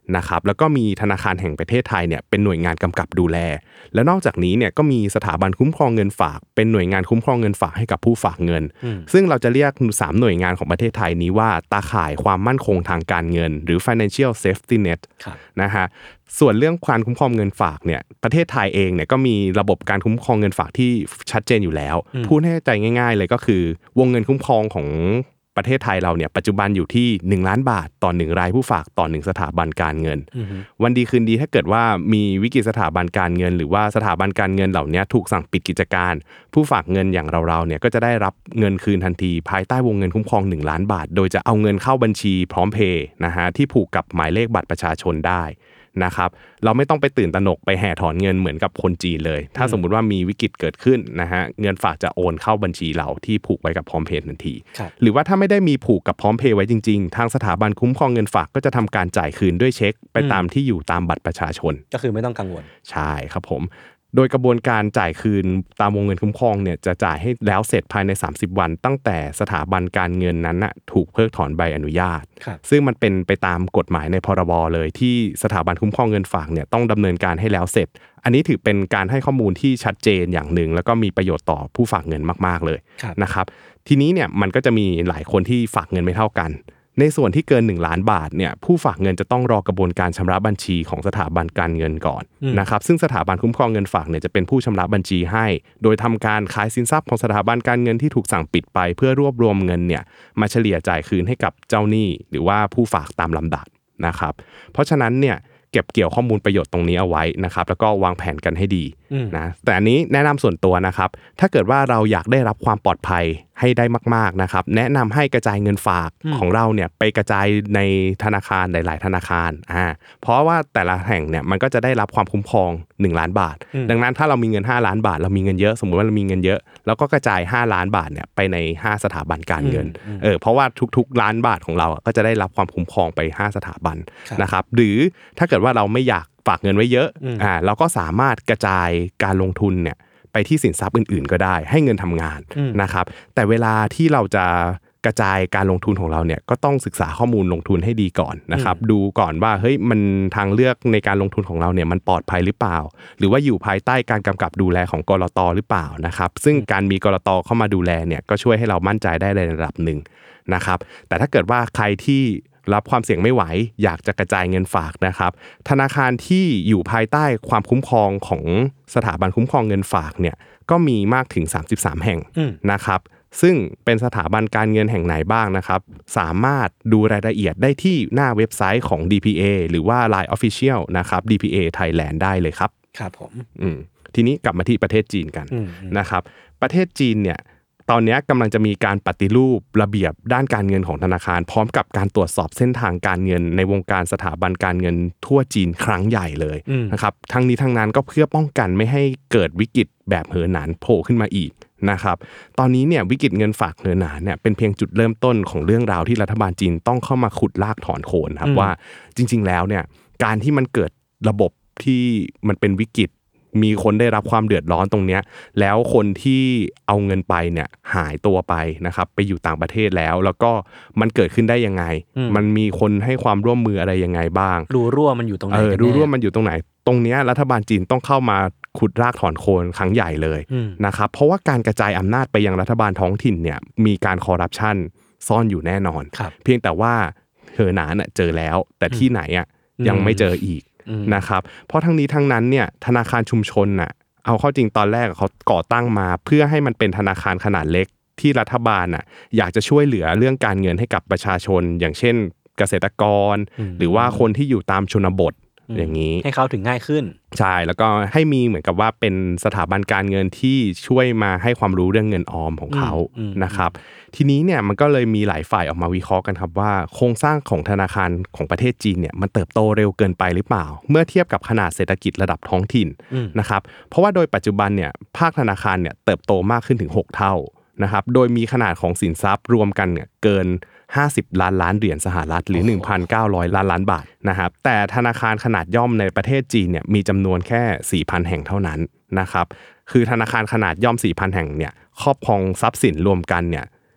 นะครับแล้วก็มีธนาคารแห่งประเทศไทยเนี่ยเป็นหน่วยงานกำกับดูแลและนอกจากนี้เนี่ยก็มีสถาบันคุ้มครองเงินฝากเป็นหน่วยงานคุ้มครองเงินฝากให้กับผู้ฝากเงินซึ่งเราจะเรียกสามหน่วยงานของประเทศไทยนี้ว่าตาข่ายความมั่นคงทางการเงินหรือ financial safety net นะฮะส่วนเรื่องการคุ้มครองเงินฝากเนี่ยประเทศไทยเองเนี่ยก็มีระบบการคุ้มครองเงินฝากที่ชัดเจนอยู่แล้วพูดให้ใจง่ายๆเลยก็คือวงเงินคุ้มครองของประเทศไทยเราเนี่ยปัจจุบันอยู่ที่หนึ่งล้านบาทต่อหนึ่งรายผู้ฝากต่อหนึ่งสถาบันการเงินวันดีคืนดีถ้าเกิดว่ามีวิกฤตสถาบันการเงินหรือว่าสถาบันการเงินเหล่านี้ถูกสั่งปิดกิจการผู้ฝากเงินอย่างเราๆเนี่ยก็จะได้รับเงินคืนทันทีภายใต้วงเงินคุ้มครองหนึ่งล้านบาทโดยจะเอาเงินเข้าบัญชีพร้อมเพย์นะฮะที่ผูกกับหมายเลขบัตรประชาชนได้นะครับเราไม่ต้องไปตื่นตระหนกไปแห่ถอนเงินเหมือนกับคนจีนเลยถ้าสมมุติว่ามีวิกฤตเกิดขึ้นนะฮะเงินฝากจะโอนเข้าบัญชีเราที่ผูกไว้กับพร้อมเพย์ทันทีหรือว่าถ้าไม่ได้มีผูกกับพร้อมเพย์ไว้จริงๆทางสถาบันคุ้มครองเงินฝากก็จะทำการจ่ายคืนด้วยเช็คไปตามที่อยู่ตามบัตรประชาชนก็คือไม่ต้องกังวลใช่ครับผมโดยกระบวนการจ่ายคืนตามวงเงินคุ้มครองเนี่ยจะจ่ายให้แล้วเสร็จภายในสามสิบวันตั้งแต่สถาบันการเงินนั้นน่ะถูกเพิกถอนใบอนุญาตซึ่งมันเป็นไปตามกฎหมายในพรบเลยที่สถาบันคุ้มครองเงินฝากเนี่ยต้องดำเนินการให้แล้วเสร็จอันนี้ถือเป็นการให้ข้อมูลที่ชัดเจนอย่างหนึ่งแล้วก็มีประโยชน์ต่อผู้ฝากเงินมากๆเลยนะครับทีนี้เนี่ยมันก็จะมีหลายคนที่ฝากเงินไม่เท่ากันในส่วนที่เกินหนึ่งล้านบาทเนี่ยผู้ฝากเงินจะต้องรอกระบวนการชำระบัญชีของสถาบันการเงินก่อนนะครับซึ่งสถาบันคุ้มครองเงินฝากเนี่ยจะเป็นผู้ชำระบัญชีให้โดยทำการขายสินทรัพย์ของสถาบันการเงินที่ถูกสั่งปิดไปเพื่อรวบรวมเงินเนี่ยมาเฉลี่ยจ่ายคืนให้กับเจ้าหนี้หรือว่าผู้ฝากตามลำดับนะครับเพราะฉะนั้นเนี่ยเก็บเกี่ยวข้อมูลประโยชน์ตรงนี้เอาไว้นะครับแล้วก็วางแผนกันให้ดีนะแต่อันนี้แนะนำส่วนตัวนะครับถ้าเกิดว่าเราอยากได้รับความปลอดภัยให้ได้มากๆนะครับแนะนำให้กระจายเงินฝากของเราเนี่ยไปกระจายในธนาคารหลายๆธนาคารอ่าเพราะว่าแต่ละแห่งเนี่ยมันก็จะได้รับความคุ้มครองหนึ่งล้านบาทดังนั้นถ้าเรามีเงินห้าล้านบาทเรามีเงินเยอะสมมุติว่าเรามีเงินเยอะแล้วก็กระจายห้าล้านบาทเนี่ยไปในห้าสถาบันการเงินเออเพราะว่าทุกๆล้านบาทของเราก็จะได้รับความคุ้มครองไปห้าสถาบันนะครับหรือถ้าเกิดว่าเราไม่อยากฝากเงินไว้เยอะอ่าเราก็สามารถกระจายการลงทุนเนี่ยไปที่สินทรัพย์อื่นๆก็ได้ให้เงินทำงานนะครับแต่เวลาที่เราจะกระจายการลงทุนของเราเนี่ยก็ต้องศึกษาข้อมูลลงทุนให้ดีก่อนนะครับดูก่อนว่าเฮ้ยมันทางเลือกในการลงทุนของเราเนี่ยมันปลอดภัยหรือเปล่าหรือว่าอยู่ภายใต้การกำกับดูแลของกลต.หรือเปล่านะครับซึ่งการมีกลต.เข้ามาดูแลเนี่ยก็ช่วยให้เรามั่นใจได้ในระดับหนึ่งนะครับแต่ถ้าเกิดว่าใครที่รับความเสี่ยงไม่ไหวอยากจะกระจายเงินฝากนะครับธนาคารที่อยู่ภายใต้ความคุ้มครองของสถาบันคุ้มครองเงินฝากเนี่ยก็มีมากถึงสามสิบสามแห่งนะครับซึ่งเป็นสถาบันการเงินแห่งไหนบ้างนะครับสามารถดูรายละเอียดได้ที่หน้าเว็บไซต์ของ ดี พี เอ หรือว่า ไลน์ Official นะครับ ดี พี เอ Thailand ได้เลยครับครับผมอืมทีนี้กลับมาที่ประเทศจีนกันนะครับประเทศจีนเนี่ยตอนนี้กำลังจะมีการปฏิรูประเบียบด้านการเงินของธนาคารพร้อมกับการตรวจสอบเส้นทางการเงินในวงการสถาบันการเงินทั่วจีนครั้งใหญ่เลยนะครับทั้งนี้ทั้งนั้นก็เพื่อป้องกันไม่ให้เกิดวิกฤตแบบเหอหนานโผล่ขึ้นมาอีกนะครับตอนนี้เนี่ยวิกฤตเงินฝากเหอหนานเนี่ยเป็นเพียงจุดเริ่มต้นของเรื่องราวที่รัฐบาลจีนต้องเข้ามาขุดลากถอนโคนครับว่าจริงๆแล้วเนี่ยการที่มันเกิดระบบที่มันเป็นวิกฤตมีคนได้รับความเดือดร้อนตรงนี้แล้วคนที่เอาเงินไปเนี่ยหายตัวไปนะครับไปอยู่ต่างประเทศแล้วแล้วก็มันเกิดขึ้นได้ยังไงมันมีคนให้ความร่วมมืออะไรยังไงบ้างรูรั่วมันอยู่ตรงไหนเออรูรั่วมันอยู่ตรงไหนตรงนี้รัฐบาลจีนต้องเข้ามาขุดรากถอนโคนครั้งใหญ่เลยนะครับเพราะว่าการกระจายอำนาจไปยังรัฐบาลท้องถิ่นเนี่ยมีการคอร์รัปชันซ่อนอยู่แน่นอนเพียงแต่ว่าเหอหนานเจอแล้วแต่ที่ไหนอ่ะยังไม่เจออีกนะครับเพราะทั้งนี้ทั้งนั้นเนี่ยธนาคารชุมชนน่ะเอาเข้าจริงตอนแรกเขาก่อตั้งมาเพื่อให้มันเป็นธนาคารขนาดเล็กที่รัฐบาลน่ะอยากจะช่วยเหลือเรื่องการเงินให้กับประชาชนอย่างเช่นเกษตรกรหรือว่าคนที่อยู่ตามชนบทอย่างนี้ให้เข้าถึงง่ายขึ้นใช่แล้วก็ให้มีเหมือนกับว่าเป็นสถาบันการเงินที่ช่วยมาให้ความรู้เรื่องเงินออมของเขานะครับทีนี้เนี่ยมันก็เลยมีหลายฝ่ายออกมาวิเคราะห์กันครับว่าโครงสร้างของธนาคารของประเทศจีนเนี่ยมันเติบโตเร็วเกินไปหรือเปล่าเมื่อเทียบกับขนาดเศรษฐกิจระดับท้องถิ่นนะครับเพราะว่าโดยปัจจุบันเนี่ยภาคธนาคารเนี่ยเติบโตมากขึ้นถึงหกเท่านะครับโดยมีขนาดของสินทรัพย์รวมกันเนี่ยเกินห้าสิบล้านล้านเหรียญสหรัฐหรือ หนึ่งพันเก้าร้อย ล้านล้านบาทนะครับแต่ธนาคารขนาดย่อมในประเทศจีนเนี่ยมีจำนวนแค่ สี่พัน แห่งเท่านั้นนะครับคือธนาคารขนาดย่อม สี่พัน แห่งเนี่ยครอบครองทรัพย์สินรวมกันเนี่ย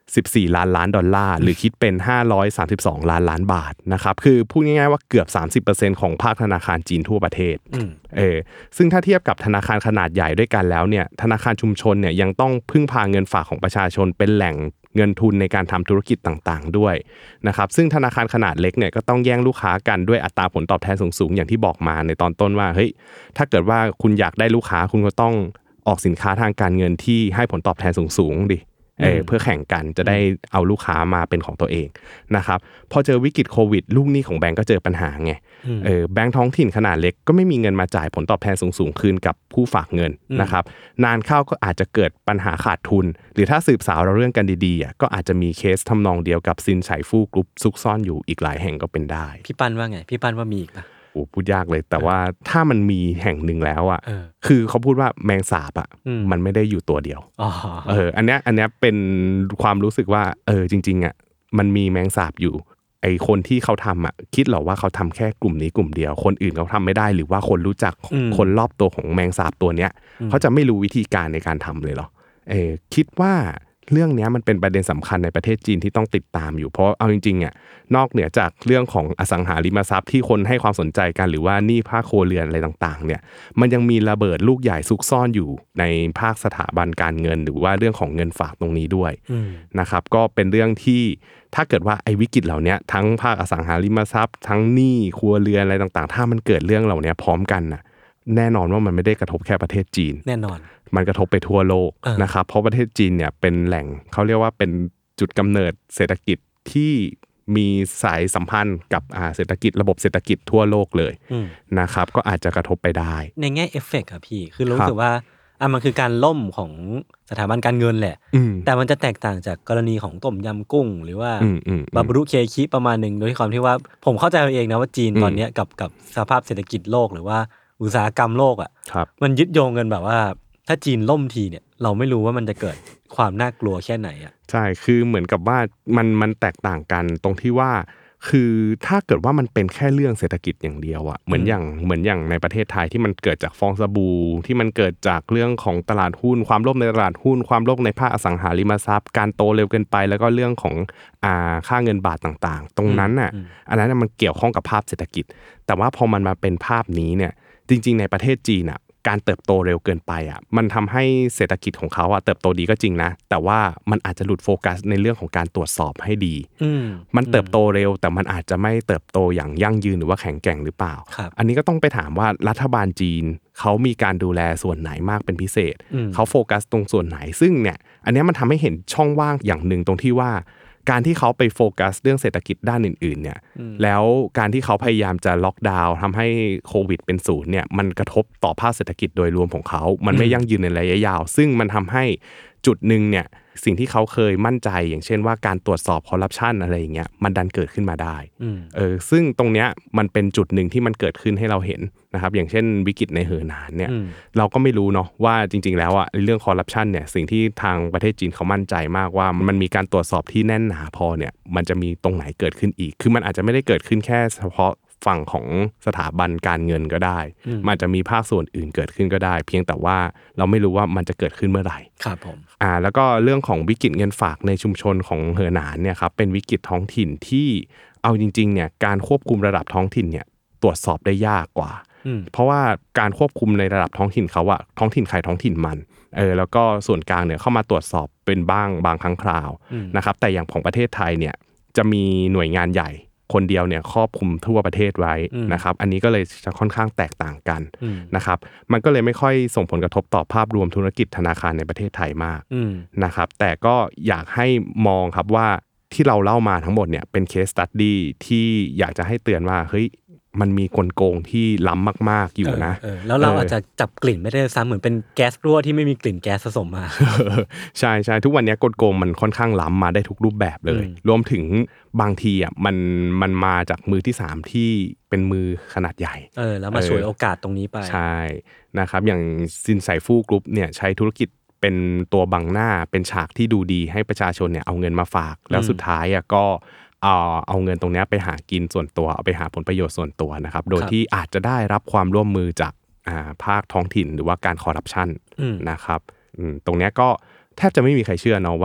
สิบสี่ล้านล้านดอลลาร์หรือคิดเป็นห้าร้อยสามสิบสองล้านล้านบาทนะครับคือพูดง่ายๆว่าเกือบ สามสิบเปอร์เซ็นต์ ของภาคธนาคารจีนทั่วประเทศเออซึ่งถ้าเทียบกับธนาคารขนาดใหญ่ด้วยกันแล้วเนี่ยธนาคารชุมชนเนี่ยยังต้องพึ่งพาเงินฝากของประชาชนเป็นแหล่งเงินทุนในการทำธุรกิจต่างๆด้วยนะครับซึ่งธนาคารขนาดเล็กเนี่ยก็ต้องแย่งลูกค้ากันด้วยอัตราผลตอบแทนสูงๆอย่างที่บอกมาในตอนต้นว่าเฮ้ยถ้าเกิดว่าคุณอยากได้ลูกค้าคุณก็ต้องออกสินค้าทางการเงินที่ให้ผลตอบแทนสูงๆดิเออเพื่อแข่งกันจะได้เอาลูกค้ามาเป็นของตัวเองนะครับพอเจอวิกฤตโควิดลูกหนี้ของแบงก์ก็เจอปัญหาไงเออแบงก์ท้องถิ่นขนาดเล็กก็ไม่มีเงินมาจ่ายผลตอบแทนสูงๆคืนกับผู้ฝากเงินนะครับนานเข้าก็อาจจะเกิดปัญหาขาดทุนหรือถ้าสืบสาวเราเรื่องกันดีๆอ่ะก็อาจจะมีเคสทำนองเดียวกับซินไฉฟู่กรุ๊ปซุกซ่อนอยู่อีกหลายแห่งก็เป็นได้พี่ปั้นว่าไงพี่ปั้นว่ามีอีกป่ะโอ้พูดยากเลยแต่ว่าถ้ามันมีแห่งหนึ่งแล้วอ่ะคือเขาพูดว่าแมงสาบอ่ะมันไม่ได้อยู่ตัวเดียวเอออันเนี้ยอันเนี้ยเป็นความรู้สึกว่าเออจริงๆอ่ะมันมีแมงสาบอยู่ไอคนที่เขาทำอ่ะคิดหรอว่าเขาทำแค่กลุ่มนี้กลุ่มเดียวคนอื่นเขาทำไม่ได้หรือว่าคนรู้จักคนรอบตัวของแมงสาบตัวเนี้ยเขาจะไม่รู้วิธีการในการทำเลยหรอเออคิดว่าเรื่องนี้มันเป็นประเด็นสำคัญในประเทศจีนที่ต้องติดตามอยู่เพราะเอาจริงๆอ่ะนอกเหนือจากเรื่องของอสังหาริมทรัพย์ที่คนให้ความสนใจกันหรือว่าหนี้ภาคครัวเรือนอะไรต่างๆเนี่ยมันยังมีระเบิดลูกใหญ่ซุกซ่อนอยู่ในภาคสถาบันการเงินหรือว่าเรื่องของเงินฝากตรงนี้ด้วยนะครับก็เป็นเรื่องที่ถ้าเกิดว่าไอ้วิกฤตเหล่านี้ทั้งภาคอสังหาริมทรัพย์ทั้งหนี้ครัวเรือนอะไรต่างๆถ้ามันเกิดเรื่องเหล่านี้พร้อมกันน่ะแน่นอนว่ามันไม่ได้กระทบแค่ประเทศจีนแน่นอนมันกระทบไปทั่วโลกนะครับเพราะประเทศจีนเนี่ยเป็นแหล่งเขาเรียกว่าเป็นจุดกำเนิดเศรษฐกิจที่มีสายสัมพันธ์กับเศรษฐกิจระบบเศรษฐกิจทั่วโลกเลยนะครับก็อาจจะกระทบไปได้ในแง่เอฟเฟกต์อะพี่คือรู้สึกว่าอ่ะมันคือการล่มของสถาบันการเงินแหละแต่มันจะแตกต่างจากกรณีของต้มยำกุ้งหรือว่าบาบารุเคคิประมาณนึงโดยความที่ว่าผมเข้าใจเองนะว่าจีนตอนนี้กับกับสภาพเศรษฐกิจโลกหรือว่าอุตสาหกรรมโลกอ่ะมันยึดโยงกันแบบว่าถ้าจีนล่มทีเนี่ยเราไม่รู้ว่ามันจะเกิดความน่ากลัวแค่ไหนอ่ะใช่คือเหมือนกับว่ามันมันแตกต่างกันตรงที่ว่าคือถ้าเกิดว่ามันเป็นแค่เรื่องเศรษฐกิจอย่างเดียวอ่ะเหมือนอย่างเหมือนอย่างในประเทศไทยที่มันเกิดจากฟองสบู่ที่มันเกิดจากเรื่องของตลาดหุ้นความโลภในตลาดหุ้นความโลภในภาคอสังหาริมทรัพย์การโตเร็วเกินไปแล้วก็เรื่องของอ่าค่าเงินบาทต่างๆตรงนั้นน่ะอันนั้นมันเกี่ยวข้องกับภาพเศรษฐกิจแต่ว่าพอมันมาเป็นภาพนี้เนี่ยจริงๆในประเทศจีนอ่ะการเติบโตเร็วเกินไปอ่ะมันทำให้เศรษฐกิจของเขาอ่ะเติบโตดีก็จริงนะแต่ว่ามันอาจจะหลุดโฟกัสในเรื่องของการตรวจสอบให้ดีมันเติบโตเร็วแต่มันอาจจะไม่เติบโตอย่างยั่งยืนหรือว่าแข็งแกร่งหรือเปล่าอันนี้ก็ต้องไปถามว่ารัฐบาลจีนเขามีการดูแลส่วนไหนมากเป็นพิเศษเขาโฟกัสตรงส่วนไหนซึ่งเนี่ยอันนี้มันทำให้เห็นช่องว่างอย่างนึงตรงที่ว่าการที่เขาไปโฟกัสเรื่องเศรษฐกิจด้านอื่นๆเนี่ยแล้วการที่เขาพยายามจะล็อกดาวน์ทำให้โควิดเป็นศูนย์เนี่ยมันกระทบต่อภาคเศรษฐกิจโดยรวมของเขามันไม่ยั่งยืนในระยะยาวซึ่งมันทำให้จุดนึงเนี่ยสิ่งที่เขาเคยมั่นใจอย่างเช่นว่าการตรวจสอบคอร์รัปชันอะไรอย่างเงี้ยมันดันเกิดขึ้นมาได้เออซึ่งตรงเนี้ยมันเป็นจุดนึงที่มันเกิดขึ้นให้เราเห็นนะครับอย่างเช่นวิกฤตในเหอหนานเนี่ยเราก็ไม่รู้เนาะว่าจริงๆแล้วอ่ะเรื่องคอร์รัปชันเนี่ยสิ่งที่ทางประเทศจีนเขามั่นใจมากว่ามันมีการตรวจสอบที่แน่นหนาพอเนี่ยมันจะมีตรงไหนเกิดขึ้นอีกคือมันอาจจะไม่ได้เกิดขึ้นแค่เฉพาะฝั่งของสถาบันการเงินก็ได้มันจะมีภาคส่วนอื่นเกิดขึ้นก็ได้เพียงแต่ว่าเราไม่รู้ว่ามันจะเกิดขึ้นเมื่อไหร่ครับผมอ่าแล้วก็เรื่องของวิกฤตเงินฝากในชุมชนของเหอหนานเนี่ยครับเป็นวิกฤตท้องถิ่นที่เอาจริงๆเนี่ยการควบคุมระดับท้องถิ่นเนี่ยตรวจสอบได้ยากกว่าเพราะว่าการควบคุมในระดับท้องถิ่นเขาอะท้องถิ่นใครท้องถิ่นมันเออแล้วก็ส่วนกลางเนี่ยเข้ามาตรวจสอบเป็นบ้างบางครั้งคราวนะครับแต่อย่างของประเทศไทยเนี่ยจะมีหน่วยงานใหญ่คนเดียวเนี่ยครอบคลุมทั่วประเทศไว้นะครับอันนี้ก็เลยจะค่อนข้างแตกต่างกันนะครับมันก็เลยไม่ค่อยส่งผลกระทบต่อภาพรวมธุรกิจธนาคารในประเทศไทยมากนะครับแต่ก็อยากให้มองครับว่าที่เราเล่ามาทั้งหมดเนี่ยเป็นเคสสตั๊ดดี้ที่อยากจะให้เตือนว่าเฮ้ยมันมีกลโกงที่ล้ำมากๆอยู่นะแล้วเราอาจจะจับกลิ่นไม่ได้ซ้ำเหมือนเป็นแก๊สรั่วที่ไม่มีกลิ่นแก๊สผสมมาใช่ใช่ทุกวันนี้กลโกงมันค่อนข้างล้ำมาได้ทุกรูปแบบเลยรวมถึงบางทีอ่ะมันมันมาจากมือที่สามที่เป็นมือขนาดใหญ่เออแล้วมาฉวยโอกาสตรงนี้ไปใช่นะครับอย่างซินไซฟู่กรุ๊ปเนี่ยใช้ธุรกิจเป็นตัวบังหน้าเป็นฉากที่ดูดีให้ประชาชนเนี่ยเอาเงินมาฝากแล้วสุดท้ายอ่ะก็เอาเอาเงินตรงนี้ไปหากินส่วนตัวเอาไปหาผลประโยชน์ส่วนตัวนะครับโดยที่อาจจะได้รับความร่วมมือจากอ่าภาคท้องถิ่นหรือว่าการคอร์รัปชันนะครับตรงนี้ก็แทบจะไม่มีใครเชื่อเนาะว่า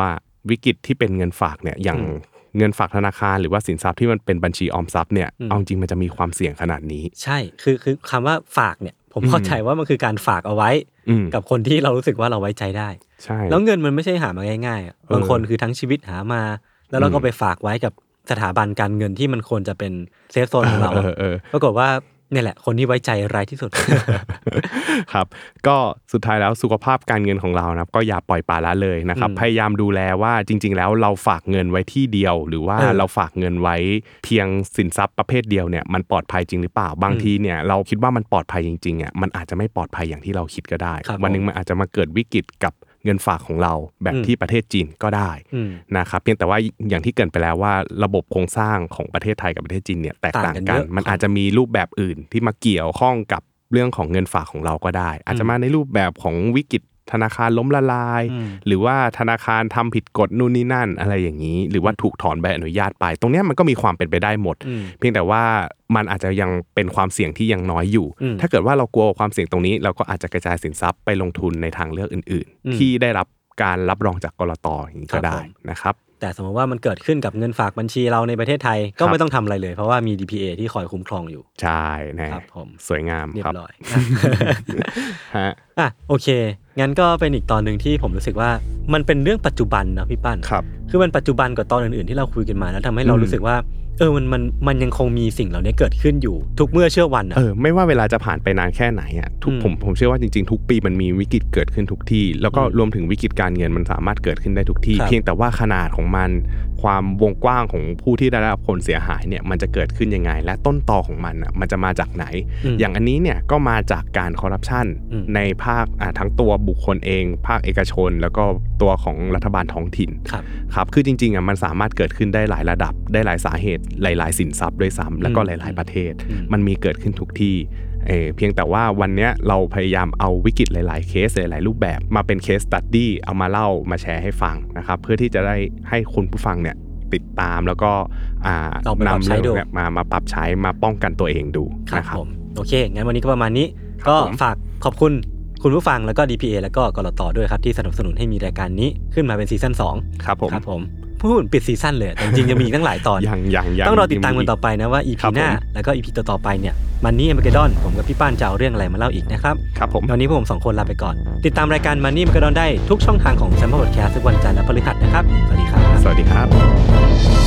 วิกฤตที่เป็นเงินฝากเนี่ยอย่างเงินฝากธนาคารหรือว่าสินทรัพย์ที่มันเป็นบัญชีออมทรัพย์เนี่ยเอาจริงมันจะมีความเสี่ยงขนาดนี้ใช่คือคือคำว่าฝากเนี่ยผมเข้าใจว่ามันคือการฝากเอาไว้กับคนที่เรารู้สึกว่าเราไว้ใจได้ใช่แล้วเงินมันไม่ใช่หามาง่ายๆบางคนคือทั้งชีวิตหามาแล้วเราก็ไปฝากไว้กับสถาบันการเงินที่มันควรจะเป็นเซฟโซนของเราปรากฏว่านี่แหละคนที่ไว้ใจร้ายที่สุดครับก็สุดท้ายแล้วสุขภาพการเงินของเรานะครับก็อย่าปล่อยปละละเลยนะครับพยายามดูแลว่าจริงๆแล้วเราฝากเงินไว้ที่เดียวหรือว่าเราฝากเงินไว้เพียงสินทรัพย์ประเภทเดียวเนี่ยมันปลอดภัยจริงหรือเปล่าบางทีเนี่ยเราคิดว่ามันปลอดภัยจริงๆอ่ะมันอาจจะไม่ปลอดภัยอย่างที่เราคิดก็ได้วันนึงมันอาจจะมาเกิดวิกฤตกับเงินฝากของเราแบบที่ประเทศจีนก็ได้นะครับเพียงแต่ว่าอย่างที่เกริ่นไปแล้วว่าระบบโครงสร้างของประเทศไทยกับประเทศจีนเนี่ยแตกต่างกันมันอาจจะมีรูปแบบอื่นที่มาเกี่ยวข้องกับเรื่องของเงินฝากของเราก็ได้อาจจะมาในรูปแบบของวิกฤตธนาคารล้มละลายหรือว่าธนาคารทำผิดกฎนู่นนี่นั่นอะไรอย่างนี้หรือว่าถูกถอนใบอนุญาตไปตรงนี้มันก็มีความเป็นไปได้หมดเพียงแต่ว่ามันอาจจะยังเป็นความเสี่ยงที่ยังน้อยอยู่ถ้าเกิดว่าเรากลัวความเสี่ยงตรงนี้เราก็อาจจะกระจายสินทรัพย์ไปลงทุนในทางเลือกอื่นๆที่ได้รับการรับรองจากกลต.อย่างนี้ก็ได้นะครับแต่สมมติว่ามันเกิดขึ้นกับเงินฝากบัญชีเราในประเทศไทยก็ไม่ต้องทำอะไรเลยเพราะว่ามี ดี พี เอ ที่คอยคุ้มครองอยู่ใช่นะครับผมสวยงามเรียบร้อยฮะอ่ะโอเคงั้นก็เป็นอีกตอนนึงที่ผมรู้สึกว่ามันเป็นเรื่องปัจจุบันนะพี่ปั้นครับคือมันปัจจุบันกว่าตอนอื่นๆที่เราคุยกันมาแล้วทำให้เรารู้สึกว่าเออมันมันมันยังคงมีสิ่งเหล่านี้เกิดขึ้นอยู่ทุกเมื่อเชื่อวันอ่ะเออไม่ว่าเวลาจะผ่านไปนานแค่ไหนอ่ะทุกผมผมเชื่อว่าจริงๆทุกปีมันมีวิกฤตเกิดขึ้นทุกที่แล้วก็รวมถึงวิกฤตการเงินมันสามารถเกิดขึ้นได้ทุกที่เพียงแต่ว่าขนาดของมันความวงกว้างของผู้ที่ได้รับผลเสียหายเนี่ยมันจะเกิดขึ้นยังไงและต้นตอของมันอ่ะมันจะมาจากไหนอย่างอันนี้เนี่ยก็มาจากการคอร์รัปชันในภาคอ่ะทั้งตัวบุคคลเองภาคเอกชนแล้วก็ตัวของรัฐบาลท้องถิ่นครับคือจริงๆอ่ะมันสามารถเกิดขึ้นได้หลายระดับได้หลายสาเหตุหลายๆสินทรัพย์ด้วยซ้ำแล้วก็หลายๆประเทศมันมีเกิดขึ้นทุกที่เออเพียงแต่ว่าวันนี้เราพยายามเอาวิกฤตหลายๆเคสหลายๆรูปแบบมาเป็นเคสสตั๊ดดี้เอามาเล่ามาแชร์ให้ฟังนะครับเพื่อที่จะได้ให้คุณผู้ฟังเนี่ยติดตามแล้วก็นำเรื่องเนี่ยมามาปรับใช้มาป้องกันตัวเองดูนะครับโอเคงั้นวันนี้ก็ประมาณนี้ก็ฝากขอบคุณคุณผู้ฟังแล้วก็ ดี พี เอ แล้วก็กลต.ด้วยครับที่สนับสนุนให้มีรายการนี้ขึ้นมาเป็นซีซั่นสองครับผมครับผมพูดปิดซีซั่นเลยแต่จริงๆยังมีตั้งหลายตอนยังยังยังต้องรอติดตามกันต่อไปนะว่า อี พี หน้าแล้วก็ อี พี ต่อๆไปเนี่ยมันนี่ Armageddon ผมกับพี่ป้านจะเอาเรื่องอะไรมาเล่าอีกนะครับครับผมวันนี้ผมสองคนลาไปก่อนติดตามรายการ Money Armageddon ได้ทุกช่องทางของ Sample Podcast ทุกวันจันทร์และพฤหัสนะครับสวัสดีครับสวัสดีครับ